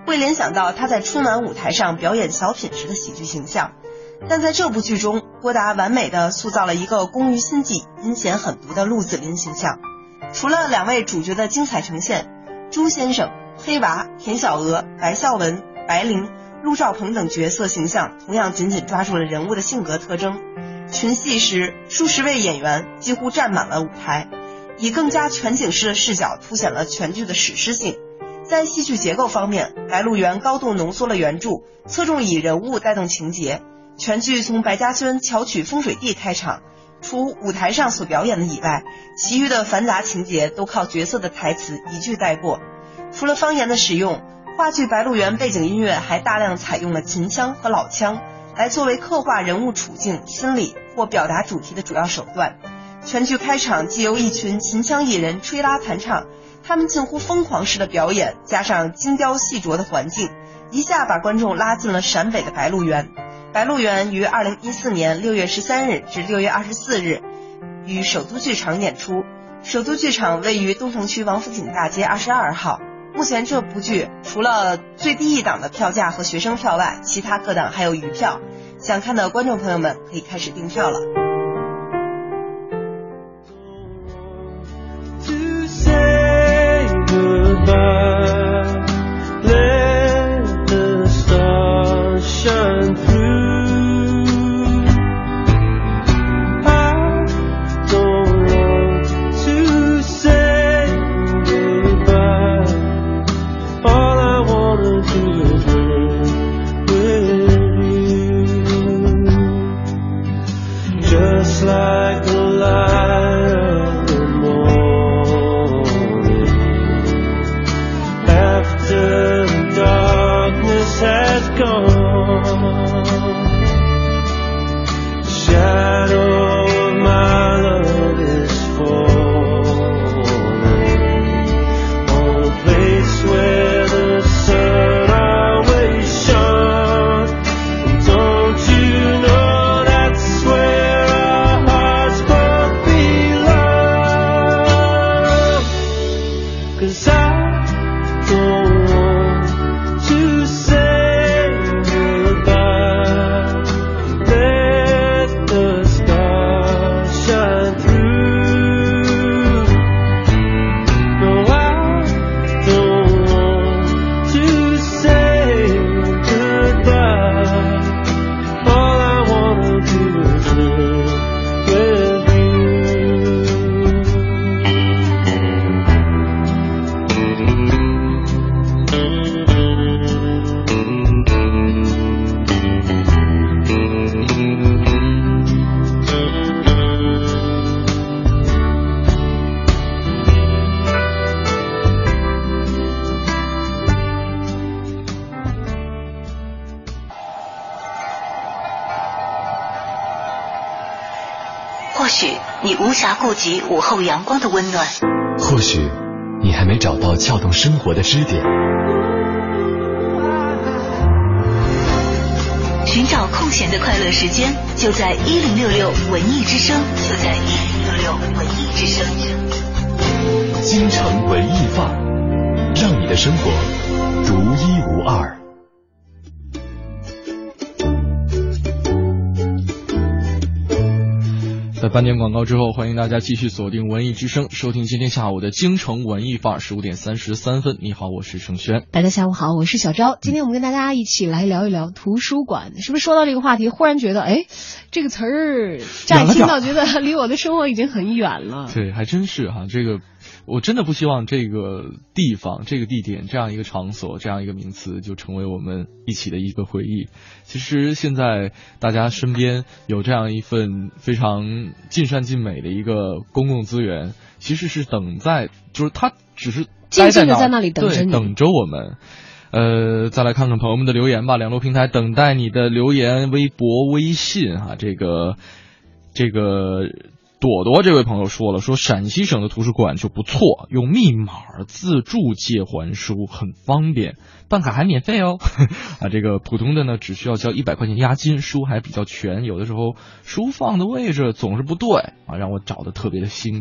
会联想到他在春晚舞台上表演小品时的喜剧形象。但在这部剧中，郭达完美地塑造了一个工于心计、阴险狠毒的陆子霖形象。除了两位主角的精彩呈现，朱先生、黑娃、田小娥、白孝文、白灵、陆兆鹏等角色形象同样紧紧抓住了人物的性格特征。群戏时，数十位演员几乎占满了舞台，以更加全景式的视角凸显了全剧的史诗性。在戏剧结构方面，《白鹿原》高度浓缩了原著，侧重以人物带动情节。全剧从白嘉轩巧取风水地开场，除舞台上所表演的以外，其余的繁杂情节都靠角色的台词一句带过。除了方言的使用，话剧《白鹿原》背景音乐还大量采用了秦腔和老腔，来作为刻画人物处境、心理或表达主题的主要手段。全剧开场既由一群秦腔艺人吹拉弹唱，他们近乎疯狂式的表演，加上精雕细琢的环境，一下把观众拉进了陕北的白鹿原。白鹿原于二零一四年六月十三日至六月二十四日于首都剧场演出。首都剧场位于东城区王府井大街二十二号。目前这部剧除了最低一档的票价和学生票外，其他各档还有余票。想看的观众朋友们可以开始订票了。 无暇顾及午后阳光的温暖， 或许你还没找到撬动生活的支点， 寻找空闲的快乐时间，就在一零六六文艺之声，就在一零六六文艺之声。 京城文艺范儿，让你的生活独一无二。 在半点广告之后，欢迎大家继续锁定文艺之声，收听今天下午的京城文艺范儿，十五点三十三分。你好，我是盛轩。 大家下午好，我是小昭。今天我们跟大家一起来聊一聊图书馆。是不是说到这个话题，忽然觉得，哎，这个词儿乍一听到觉得离我的生活已经很远了。 对，还真是哈，这个。我真的不希望这个地方、这个地点、这样一个场所、这样一个名词就成为我们一起的一个回忆。其实现在大家身边有这样一份非常尽善尽美的一个公共资源，其实是等在，就是它只是静静的在那里等着你， 等着我们。呃，再来看看朋友们的留言吧，两路平台等待你的留言，微博、微信啊，这个这个。朵朵这位朋友说了，说陕西省的图书馆就不错，用密码自助借还书很方便，办卡还免费哦。啊，这个普通的呢只需要交一百块钱押金，书还比较全，有的时候书放的位置总是不对啊，让我找的特别的辛苦。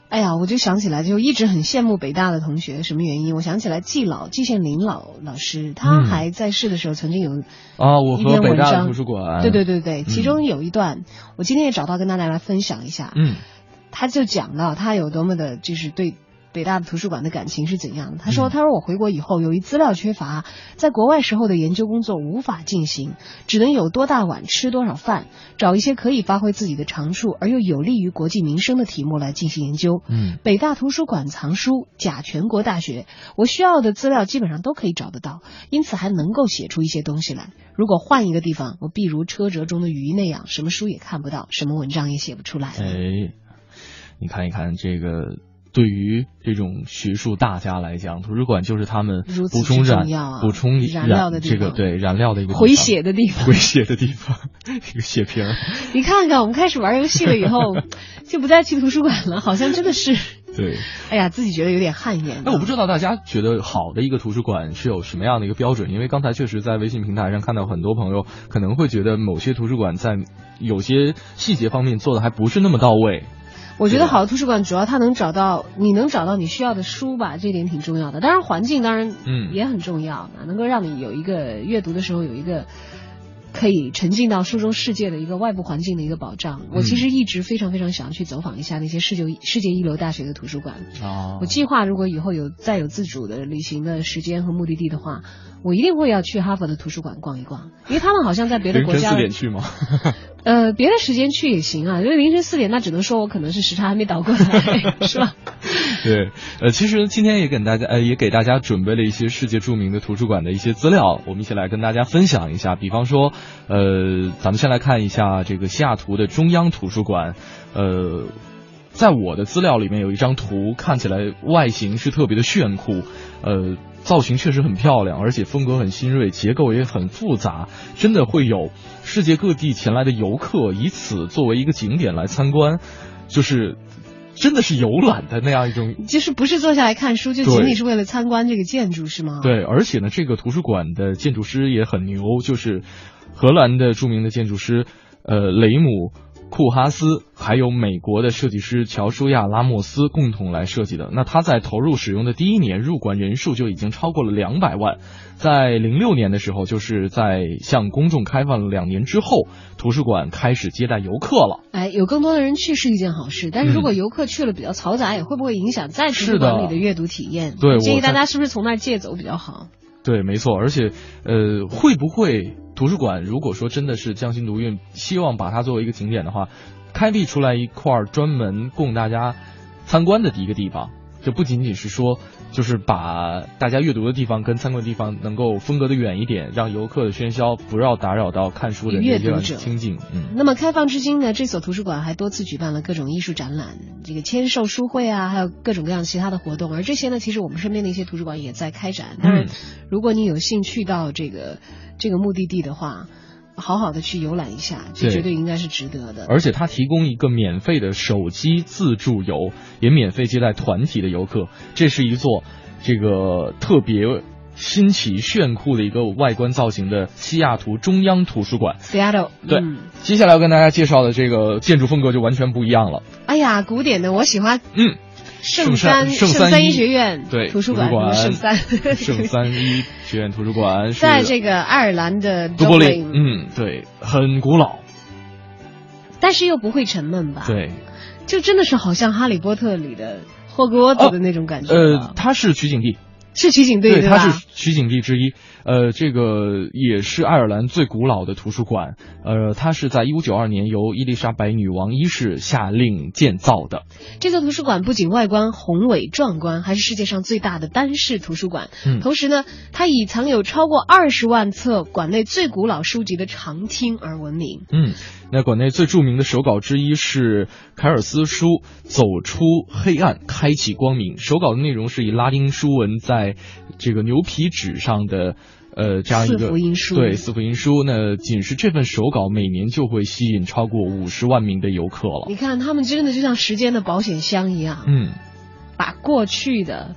哎呀，我就想起来，就一直很羡慕北大的同学，什么原因？我想起来季老季羡林老老师，他还在世的时候曾经有啊，我和北大的图书馆，对对对对，其中有一段，我今天也找到跟大家来分享一下。嗯，他就讲到他有多么的，就是对北大的图书馆的感情是怎样的。他说：“他说我回国以后，由于资料缺乏，在国外时候的研究工作无法进行，只能有多大碗吃多少饭，找一些可以发挥自己的长处而又有利于国计民生的题目来进行研究。嗯，北大图书馆藏书甲全国大学，我需要的资料基本上都可以找得到，因此还能够写出一些东西来。如果换一个地方，我必如车辙中的鱼那样，什么书也看不到，什么文章也写不出来。” 哎，你看一看这个。对于这种学术大家来讲，图书馆就是他们补充燃、 啊、 补充燃料的地方，这个对燃料的一个回血的地方， 回血的地方，一个血瓶。 你看看，我们开始玩游戏了以后，就不再去图书馆了，好像真的是。 对。 哎呀，自己觉得有点汗颜。 那我不知道大家觉得好的一个图书馆是有什么样的一个标准？因为刚才确实在微信平台上看到很多朋友可能会觉得某些图书馆在有些细节方面做的还不是那么到位。 我觉得好的图书馆主要它能找到你能找到你需要的书吧，这点挺重要的。当然环境当然嗯也很重要，嗯、能够让你有一个阅读的时候有一个可以沉浸到书中世界的一个外部环境的一个保障。我其实一直非常非常想去走访一下那些世界世界一流大学的图书馆。哦，我计划如果以后有再有自主的旅行的时间和目的地的话，我一定会要去哈佛的图书馆逛一逛，因为他们好像在别的国家。 凌晨四点去吗？ 呃，别的时间去也行啊，因为凌晨四点，那只能说我可能是时差还没倒过来，是吧？ 对，呃，其实今天也给大家，呃，也给大家准备了一些世界著名的图书馆的一些资料，我们一起来跟大家分享一下。比方说，呃，咱们先来看一下这个西雅图的中央图书馆，呃。在我的资料里面有一张图，看起来外形是特别的炫酷，呃，造型确实很漂亮，而且风格很新锐，结构也很复杂，真的会有世界各地前来的游客以此作为一个景点来参观，就是真的是游览的那样一种， 就是不是坐下来看书，就仅仅是为了参观这个建筑是吗？ 对，而且呢，这个图书馆的建筑师也很牛，就是荷兰的著名的建筑师，呃，雷姆库哈斯还有美国的设计师乔舒亚拉莫斯共同来设计的。那他在投入使用的第一年，入馆人数就已经超过了两百万。在零六年的时候，就是在向公众开放了两年之后，图书馆开始接待游客了。 哎，有更多的人去是一件好事，但是如果游客去了比较嘈杂，嗯、也会不会影响在图书馆里的阅读体验？ 对， 建议大家是不是从那儿借走比较好？ 对，没错，而且，呃，会不会图书馆如果说真的是匠心独运，希望把它作为一个景点的话，开辟出来一块专门供大家参观的一个地方，就不仅仅是说，就是把大家阅读的地方跟参观的地方能够分隔的远一点，让游客的喧嚣不要打扰到看书的阅读者清静。嗯， 那么开放至今呢，这所图书馆还多次举办了各种艺术展览，这个签售书会啊，还有各种各样其他的活动。而这些呢，其实我们身边的一些图书馆也在开展。当然，如果你有幸去到这个这个目的地的话，好好的去游览一下，这绝对应该是值得的。 而且它提供一个免费的手机自助游，也免费接待团体的游客。这是一座这个特别新奇炫酷的一个外观造型的西雅图中央图书馆。 Seattle， 对、 嗯， 接下来要跟大家介绍的这个建筑风格就完全不一样了。 哎呀，古典的我喜欢。 嗯。 圣三圣三医学院对图书馆，圣三圣三医学院图书馆在这个爱尔兰的都柏林，嗯，对，很古老， 但是又不会沉闷吧？ 对， 就真的是好像《哈利波特》里的霍格沃兹的那种感觉。 呃，它是取景地。 是取景地对，它是取景地之一。呃，这个也是爱尔兰最古老的图书馆。呃，它是在一五九二年由伊丽莎白女王一世下令建造的。 这座图书馆不仅外观宏伟壮观，还是世界上最大的单室图书馆。嗯，同时呢，它以藏有超过二十万册馆内最古老书籍的长厅而闻名。 嗯，那馆内最著名的手稿之一是凯尔斯书《走出黑暗，开启光明》。手稿的内容是以拉丁书文在这个牛皮纸上的呃这样一个四福音书， 对四福音书。那仅是这份手稿每年就会吸引超过五十万名的游客了。 你看他们真的就像时间的保险箱一样， 嗯， 把过去的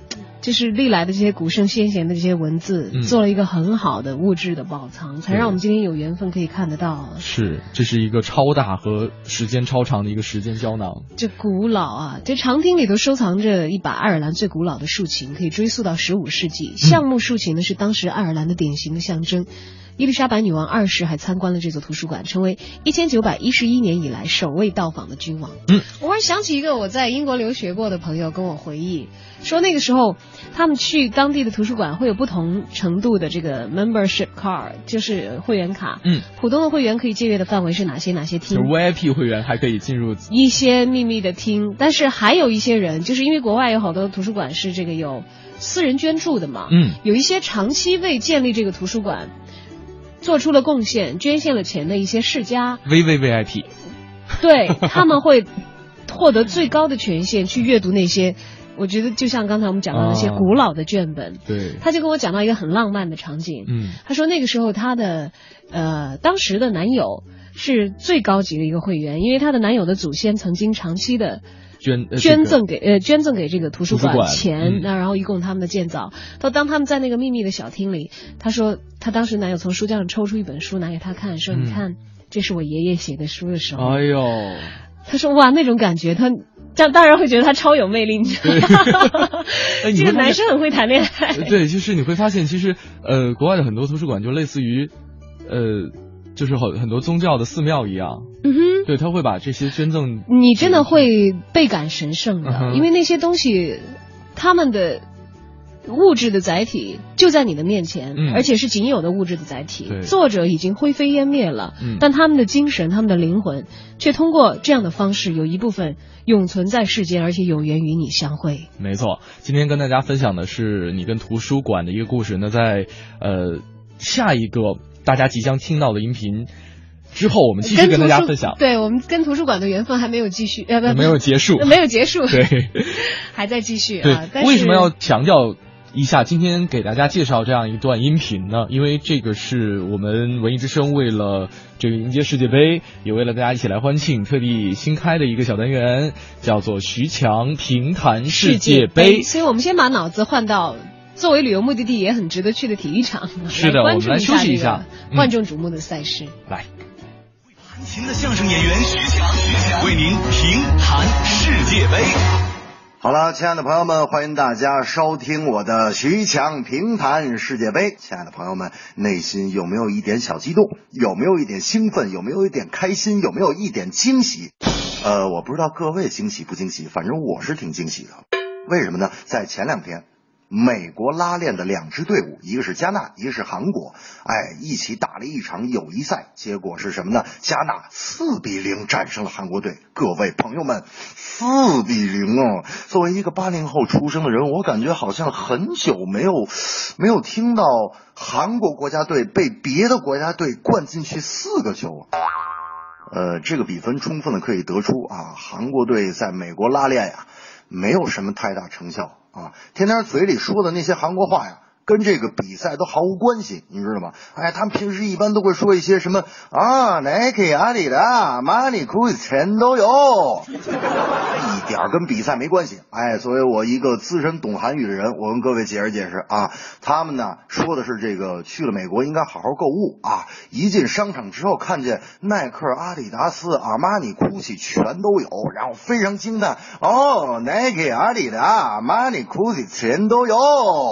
就是历来的这些古圣先贤的这些文字， 嗯、 做了一个很好的物质的宝藏，才让我们今天有缘分可以看得到。 是，这是一个超大和时间超长的一个时间胶囊。 这古老啊，这长厅里头收藏着一把爱尔兰最古老的竖琴，可以追溯到十五世纪。橡木竖琴呢是当时爱尔兰的典型的象征。伊丽莎白女王二世还参观了这座图书馆，成为一千九百一十一年以来首位到访的君王。 嗯， 我忽然想起一个我在英国留学过的朋友跟我回忆，说那个时候他们去当地的图书馆会有不同程度的这个 membership card， 就是会员卡。 嗯， 普通的会员可以借阅的范围是哪些哪些厅？ 就是 V I P 会员还可以进入一些秘密的厅，但是还有一些人，就是因为国外有好多图书馆是这个有私人捐助的嘛。 嗯， 有一些长期为建立这个图书馆做出了贡献、捐献了钱的一些世家 ，V V V I P， 对，他们会获得最高的权限去阅读那些，我觉得就像刚才我们讲到那些古老的卷本。 哦、对， 他就跟我讲到一个很浪漫的场景。 嗯， 他说那个时候他的呃当时的男友是最高级的一个会员，因为他的男友的祖先曾经长期的。 捐、呃、 捐赠给呃捐赠给这个图书馆嗯、 钱，那然后一共他们的建造。到当他们在那个秘密的小厅里，他说他当时男友从书架上抽出一本书拿给他看，说、嗯、你看这是我爷爷写的书的时候。 哎呦， 他说哇那种感觉，他这样当然会觉得他超有魅力。你知道吗？这个男生很会谈恋爱。 对，就是你会发现其实呃国外的很多图书馆就类似于呃就是很很多宗教的寺庙一样。 嗯哼。 对，他会把这些捐赠， 你真的会倍感神圣的、 嗯， 因为那些东西，他们的物质的载体就在你的面前， 嗯、 而且是仅有的物质的载体。 对， 作者已经灰飞烟灭了、 嗯， 但他们的精神、他们的灵魂，却通过这样的方式，有一部分永存在世间，而且有缘与你相会。 没错，今天跟大家分享的是你跟图书馆的一个故事。那在呃下一个大家即将听到的音频之后，我们继续跟大家分享。 对，我们跟图书馆的缘分还没有继续，呃，不， 没有结束， 没有结束， 对， 还在继续对啊。但是为什么要强调一下今天给大家介绍这样一段音频呢？因为这个是我们文艺之声为了这个迎接世界杯，也为了大家一起来欢庆，特地新开的一个小单元，叫做徐强评谈世界杯。 所以我们先把脑子换到作为旅游目的地也很值得去的体育场。 是的，我们来休息一下， 万众瞩目的赛事。 嗯、来。 弹琴的相声演员徐强为您评谈世界杯。 好了，亲爱的朋友们，欢迎大家收听我的徐强评谈世界杯。亲爱的朋友们，内心有没有一点小激动？有没有一点兴奋？有没有一点开心？有没有一点惊喜？呃，我不知道各位惊喜不惊喜，反正我是挺惊喜的。为什么呢？在前两天，美国拉练的两支队伍，一个是加纳，一个是韩国，哎，一起打了一场友谊赛，结果是什么呢？加纳四比零战胜了韩国队。各位朋友们，四比零哦！作为一个八零后出生的人，我感觉好像很久没有没有听到韩国国家队被别的国家队灌进去四个球。呃，这个比分充分的可以得出啊，韩国队在美国拉练呀，没有什么太大成效。啊，天天嘴里说的那些韩国话呀，跟这个比赛都毫无关系，你知道吗？哎，他们平时一般都会说一些什么啊 ，Nike、阿迪达、马尼库全都有，一点跟比赛没关系。哎，作为我一个资深懂韩语的人，我跟各位解释解释啊，他们呢说的是这个去了美国应该好好购物啊，一进商场之后看见耐克、阿迪达斯、阿玛尼、GUCCI 全都有，然后非常惊叹，哦 ，Nike、阿迪达、马尼、GUCCI 全都有。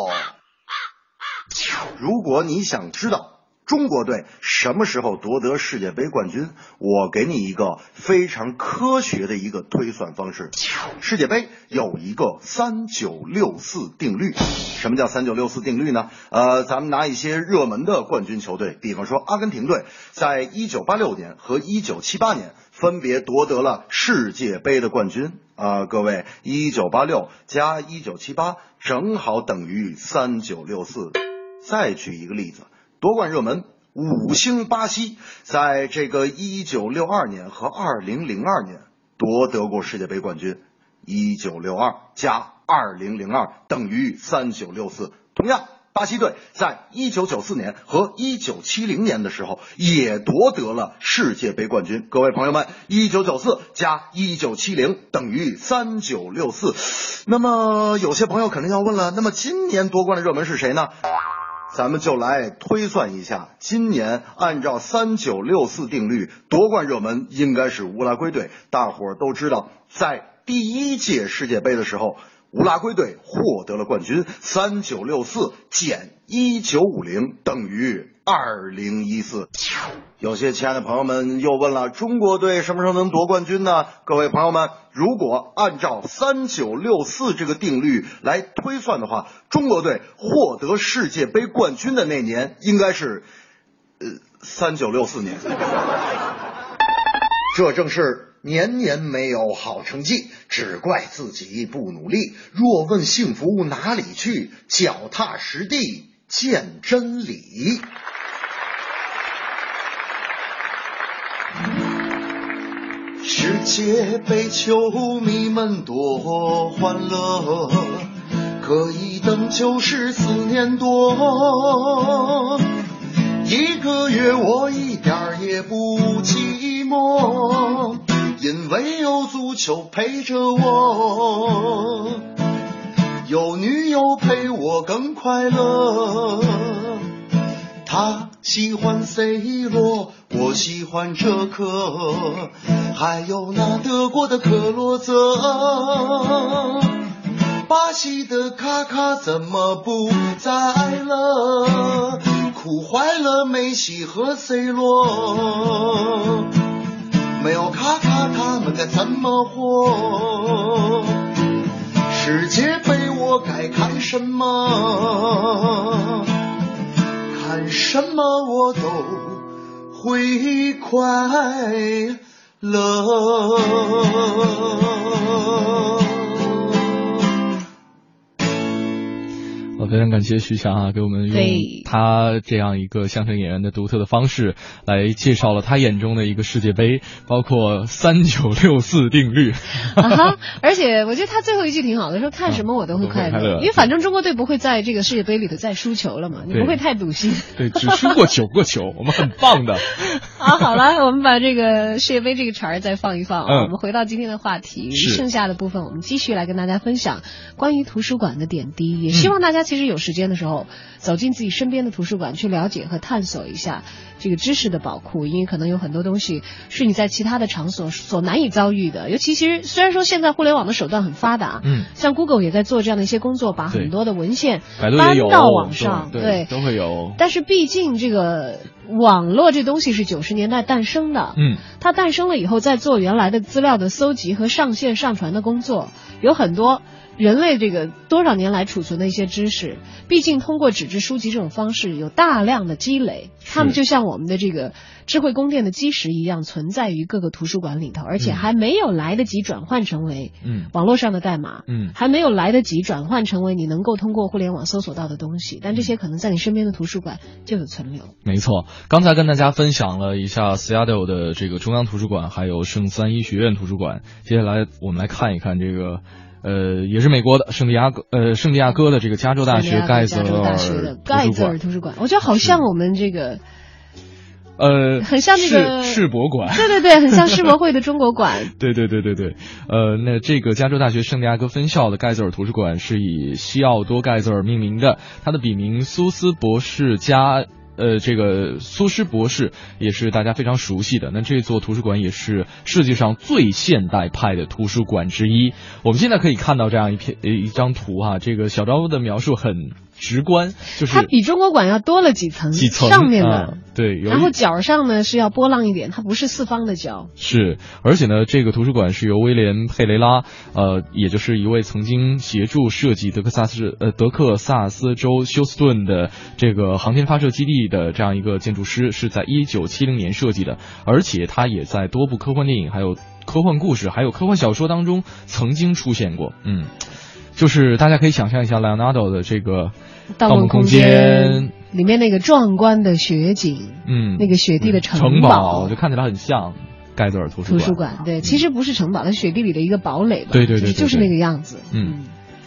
如果你想知道中国队什么时候夺得世界杯冠军，我给你一个非常科学的一个推算方式。世界杯有一个三九六四定律。什么叫三九六四定律呢？呃，咱们拿一些热门的冠军球队，比方说阿根廷队，在一九八六年和一九七八年分别夺得了世界杯的冠军。啊、呃，各位，一九八六加一九七八正好等于三九六四。再举一个例子，夺冠热门五星巴西，在这个一九六二年和二零零二年夺得过世界杯冠军，一九六二加二零零二等于三九六四。同样， 巴西队在一九九四年和一九七零年的时候也夺得了世界杯冠军。各位朋友们，一九九四加一九七零等于三九六四。那么有些朋友可能要问了，那么今年夺冠的热门是谁呢？咱们就来推算一下，今年按照三九六四定律，夺冠热门应该是乌拉圭队。大伙儿都知道，在第一届世界杯的时候，乌拉圭队获得了冠军，三九六四减一九五零等于二零一四。有些亲爱的朋友们又问了，中国队什么时候能夺冠军呢？各位朋友们，如果按照三九六四这个定律来推算的话，中国队获得世界杯冠军的那年应该是呃三九六四年。这正是年年没有好成绩，只怪自己不努力。若问幸福哪里去，脚踏实地见真理。世界杯球迷们多欢乐，可以等九十四年多。一个月我一点也不寂寞，因为有足球陪着我，有女友陪我更快乐。他喜欢 C 罗，我喜欢哲科，还有那德国的克洛泽。巴西的卡卡怎么不在了？哭坏了梅西和 C 罗，没有卡卡他们该怎么活？世界杯我该看什么？看什么我都会快乐。 我非常感谢徐强啊，给我们用他这样一个相声演员的独特的方式来介绍了他眼中的一个世界杯，包括三九六四定律。 啊哈！而且我觉得他最后一句挺好的，说看什么我都会快乐，啊、因为反正中国队不会在这个世界杯里头再输球了嘛，你不会太赌心。 对，只输过九个球，我们很棒的。 啊，好了，我们把这个世界杯这个茬儿再放一放、啊嗯、我们回到今天的话题，剩下的部分我们继续来跟大家分享关于图书馆的点滴，也希望大家其实有时间的时候走进自己身边的图书馆，去了解和探索一下这个知识的宝库，因为可能有很多东西是你在其他的场所所难以遭遇的。尤其其实虽然说现在互联网的手段很发达，嗯，像 Google 也在做这样的一些工作，把很多的文献搬到网上， 对， 对， 都会有。 但是毕竟这个网络这东西是九十年代诞生的，嗯，它诞生了以后再做原来的资料的搜集和上线上传的工作，有很多人类这个多少年来储存的一些知识，毕竟通过纸质书籍这种方式有大量的积累，它们就像我们的这个智慧宫殿的基石一样存在于各个图书馆里头，而且还没有来得及转换成为网络上的代码，嗯，还没有来得及转换成为你能够通过互联网搜索到的东西，但这些可能在你身边的图书馆就有存留。 没错，刚才跟大家分享了一下 Seattle 的这个中央图书馆，还有圣三一学院图书馆，接下来我们来看一看这个呃，也是美国的圣地亚哥，呃，圣地亚哥的这个加州大学盖泽尔盖泽尔图书馆，我觉得好像我们这个， 呃， 很像那个世博馆， 对对对，很像世博会的中国馆， 对对对对对，呃，那这个加州大学圣地亚哥分校的盖泽尔图书馆是以西奥多盖泽尔命名的，他的笔名苏斯博士加。呃，这个苏施博士也是大家非常熟悉的。那这座图书馆也是世界上最现代派的图书馆之一。我们现在可以看到这样一片一张图哈、啊，这个小昭的描述很直观，就是它比中国馆要多了几层， 几层上面的、 啊、对， 然后角上呢是要波浪一点，它不是四方的角。 是，而且呢，这个图书馆是由威廉佩雷拉，呃，也就是一位曾经协助设计德克萨斯呃德克萨斯州休斯顿的这个航天发射基地的这样一个建筑师，是在一九七零年设计的，而且他也在多部科幻电影、还有科幻故事、还有科幻小说当中曾经出现过。嗯，就是大家可以想象一下莱昂纳多的这个《盗梦空间》 里面那个壮观的雪景，嗯，那个雪地的城堡， 城堡就看起来很像盖泽尔图书馆。 图书馆对，其实不是城堡，它是雪地里的一个堡垒吧？ 对对 对, 对, 对， 就是那个样子。嗯。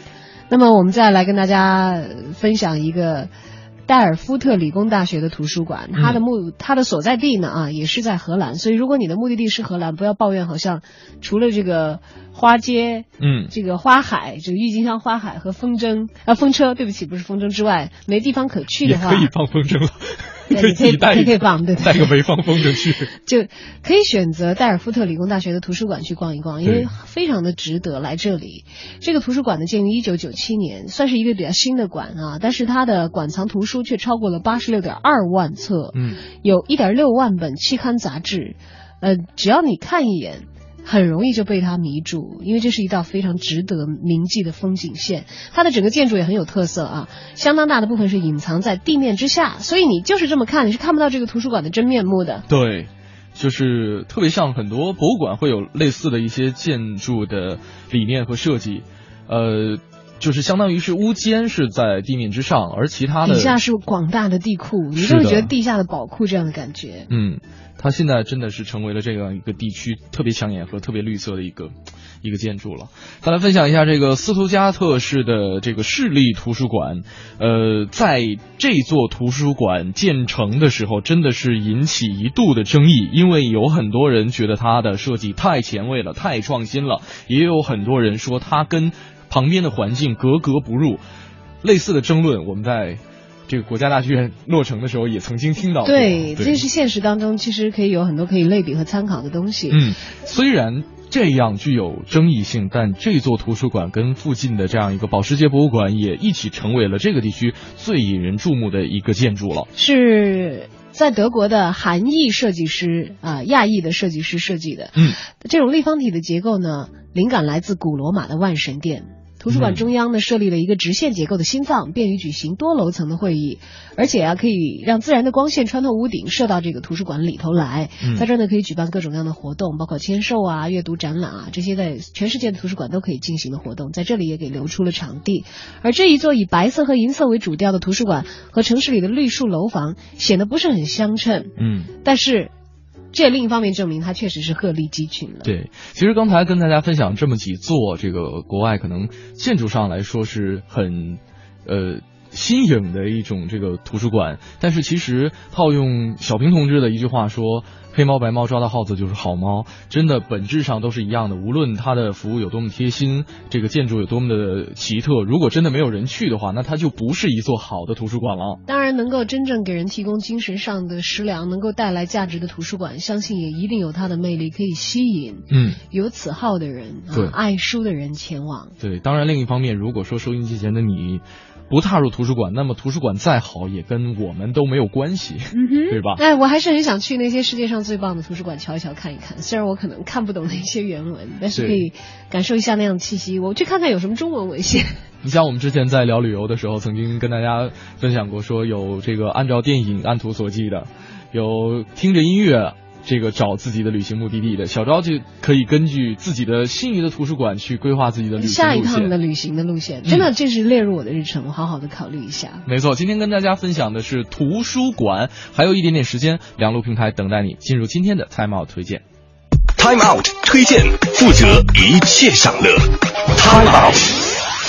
那么我们再来跟大家分享一个代尔夫特理工大学的图书馆，它的目它的所在地呢啊也是在荷兰，所以如果你的目的地是荷兰，不要抱怨好像除了这个花街， 嗯， 这个花海，这个郁金香花海和风筝啊风车，对不起，不是风筝之外，没地方可去的话， 也可以放风筝了。 对，可以自己带可以放，对， 带个潍坊风筝去， 就可以选择代尔夫特理工大学的图书馆去逛一逛，因为非常的值得来这里。这个图书馆呢，建于一九九七年，算是一个比较新的馆啊，但是它的馆藏图书却超过了八十六点二万册， 嗯， 有一点六万本期刊杂志，呃，只要你看一眼，很容易就被它迷住，因为这是一道非常值得铭记的风景线。它的整个建筑也很有特色啊，相当大的部分是隐藏在地面之下，所以你就是这么看，你是看不到这个图书馆的真面目的。 对，就是特别像很多博物馆会有类似的一些建筑的理念和设计，呃。就是相当于是屋间是在地面之上，而其他的底下是广大的地库，你就会觉得地下的宝库这样的感觉。 嗯，它现在真的是成为了这样一个地区特别抢眼和特别绿色的一个一个建筑了。再来分享一下这个斯图加特市的这个市立图书馆，呃，在这座图书馆建成的时候，真的是引起一度的争议，因为有很多人觉得它的设计太前卫了，太创新了，也有很多人说它跟旁边的环境格格不入，类似的争论我们在这个国家大剧院落成的时候也曾经听到过。 对，这是现实当中其实可以有很多可以类比和参考的东西。 嗯，虽然这样具有争议性，但这座图书馆跟附近的这样一个保时捷博物馆也一起成为了这个地区最引人注目的一个建筑了。 是在德国的韩裔设计师啊、呃，亚裔的设计师设计的。 嗯， 这种立方体的结构呢，灵感来自古罗马的万神殿。图书馆中央呢设立了一个直线结构的心脏，便于举行多楼层的会议，而且啊可以让自然的光线穿透屋顶射到这个图书馆里头来。 嗯、 在这儿呢可以举办各种各样的活动，包括签售啊、阅读展览啊，这些在全世界的图书馆都可以进行的活动，在这里也给留出了场地。而这一座以白色和银色为主调的图书馆和城市里的绿树楼房显得不是很相称。 嗯， 但是这另一方面证明它确实是鹤立鸡群了。 对，其实刚才跟大家分享这么几座这个国外可能建筑上来说是很呃新颖的一种这个图书馆，但是其实套用小平同志的一句话说，黑猫白猫抓到耗子就是好猫，真的本质上都是一样的。无论它的服务有多么贴心，这个建筑有多么的奇特，如果真的没有人去的话，那它就不是一座好的图书馆了。 当然能够真正给人提供精神上的食粮，能够带来价值的图书馆，相信也一定有它的魅力，可以吸引嗯有此好的人、 对啊、爱书的人前往。 对，当然另一方面，如果说收音机前的你不踏入图书馆，那么图书馆再好也跟我们都没有关系， 嗯哼， 对吧？ 哎，我还是很想去那些世界上最棒的图书馆瞧一瞧看一看，虽然我可能看不懂那些原文，但是可以感受一下那样的气息。我去看看有什么中文文献。 你像我们之前在聊旅游的时候，曾经跟大家分享过，说有这个按照电影按图索骥的，有听着音乐这个找自己的旅行目的地的。小昭就可以根据自己的心仪的图书馆去规划自己的旅行路线， 下一趟的旅行的路线，真的这是列入我的日程，我好好的考虑一下。 没错，今天跟大家分享的是图书馆，还有一点点时间，两路平台等待你进入今天的 Time Out 推荐。 Time Out 推荐，负责一切享乐。Time Out。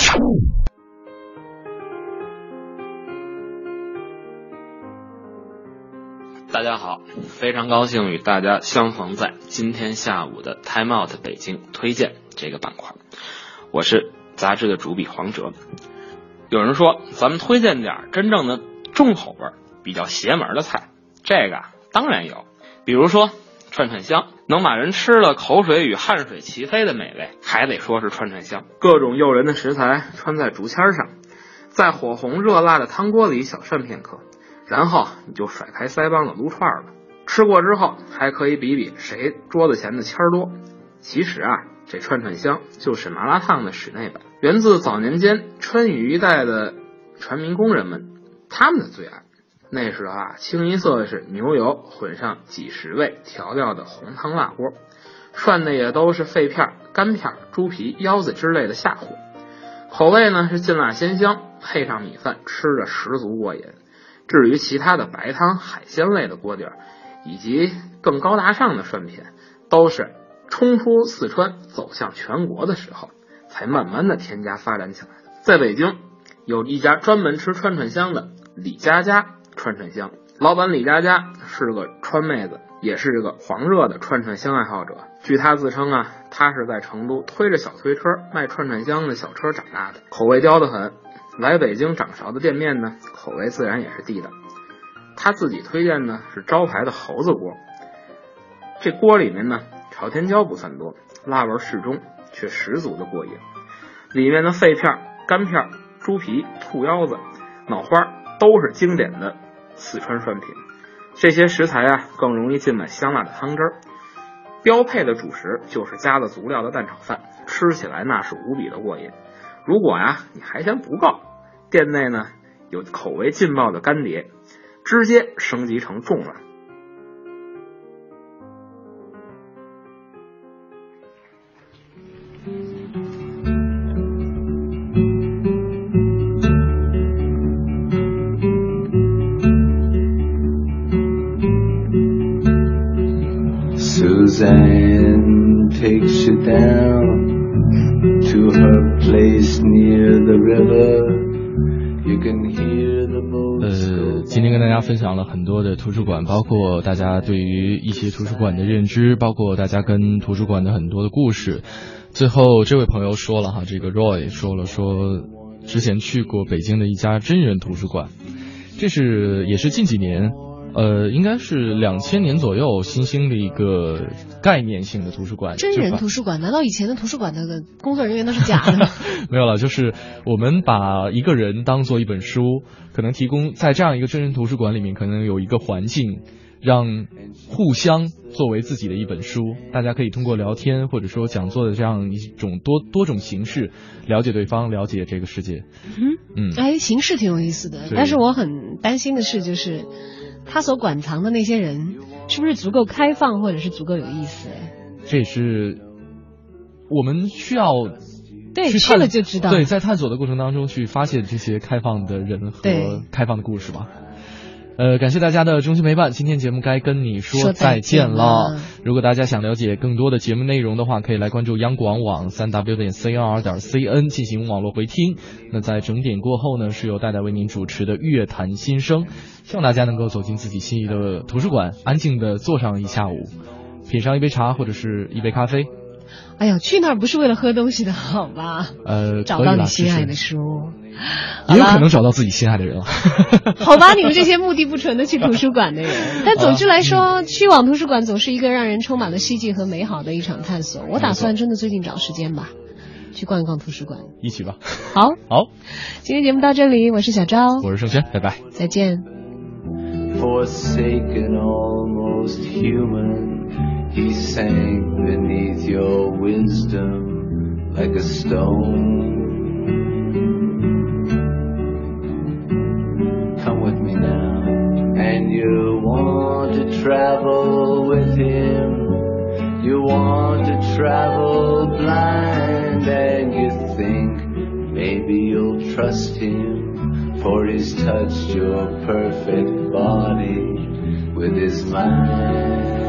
大家好，非常高兴与大家相逢在今天下午的 Time Out 北京推荐这个板块。我是杂志的主笔黄哲。有人说咱们推荐点真正的重口味比较邪门的菜，这个当然有，比如说串串香，能把人吃了口水与汗水齐飞的美味，还得说是串串香。各种诱人的食材穿在竹签上，在火红热辣的汤锅里小涮片刻，然后你就甩开腮帮子撸串了。吃过之后还可以比比谁桌子前的签儿多。其实啊，这串串香就是麻辣烫的室内版，源自早年间川渝一带的船民工人们他们的最爱。那时候啊，清一色是牛油混上几十味调料的红汤辣锅，涮的也都是肺片、肝片、猪皮、腰子之类的下货，口味呢是劲辣鲜香，配上米饭吃着十足过瘾。至于其他的白汤、海鲜类的锅底儿，以及更高大上的涮品，都是冲出四川走向全国的时候才慢慢的添加发展起来的。 在北京有一家专门吃串串香的李家家串串香，老板李家家是个川妹子，也是这个黄热的串串香爱好者。据他自称啊，他是在成都推着小推车卖串串香的小车长大的，口味刁得很。来北京掌勺的店面呢，口味自然也是地道。他自己推荐呢是招牌的猴子锅，这锅里面呢朝天椒不算多，辣味适中，却十足的过瘾。里面的肺片、干片、猪皮、兔腰子、脑花都是经典的四川涮品。这些食材啊更容易浸满香辣的汤汁儿。标配的主食就是加了足料的蛋炒饭，吃起来那是无比的过瘾。如果呀你还嫌不够，店内呢有口味劲爆的干碟，直接升级成重了。 Suzanne takes you down to her place near the river. You can hear the boats. 呃，今天跟大家分享了很多的图书馆，包括大家对于一些图书馆的认知，包括大家跟图书馆的很多的故事。最后这位朋友说了哈，这个 Roy 说了说之前去过北京的一家真人图书馆，这是也是近几年。呃，应该是两千年左右新兴的一个概念性的图书馆。 真人图书馆？难道以前的图书馆的工作人员都是假的？ 没有了，就是我们把一个人当做一本书，可能提供在这样一个真人图书馆里面，可能有一个环境，让互相作为自己的一本书，大家可以通过聊天或者说讲座的这样一种多多种形式了解对方，了解这个世界。 嗯嗯， 哎，形式挺有意思的，但是我很担心的是，就是他所馆藏的那些人是不是足够开放，或者是足够有意思？ 这也是我们需要对去去了就知道。 对，在探索的过程当中去发现这些开放的人和开放的故事吧。呃，感谢大家的衷心陪伴，今天节目该跟你说再见了。如果大家想了解更多的节目内容的话，可以来关注央广网三 w 点 c n r 点 c n 进行网络回听。那在整点过后呢，是由戴戴为您主持的乐坛新声，希望大家能够走进自己心仪的图书馆，安静的坐上一下午，品上一杯茶或者是一杯咖啡。 哎呀，去那儿不是为了喝东西的好吧？ 呃， 找到你心爱的书， 也有可能找到自己心爱的人了。 好吧，你们这些目的不纯的去图书馆的人。但总之来说，啊嗯、去往图书馆总是一个让人充满了希冀和美好的一场探索。我打算真的最近找时间吧，去逛一逛图书馆。 一起吧。 好， 好， 今天节目到这里，我是小昭， 我是盛轩，拜拜， 再见。 Forsaken, almost human, he sank beneath your wisdom like a stone. Come with me now, and you want to travel with him. You want to travel blind, and you think maybe you'll trust him.For he's touched your perfect body with his mind.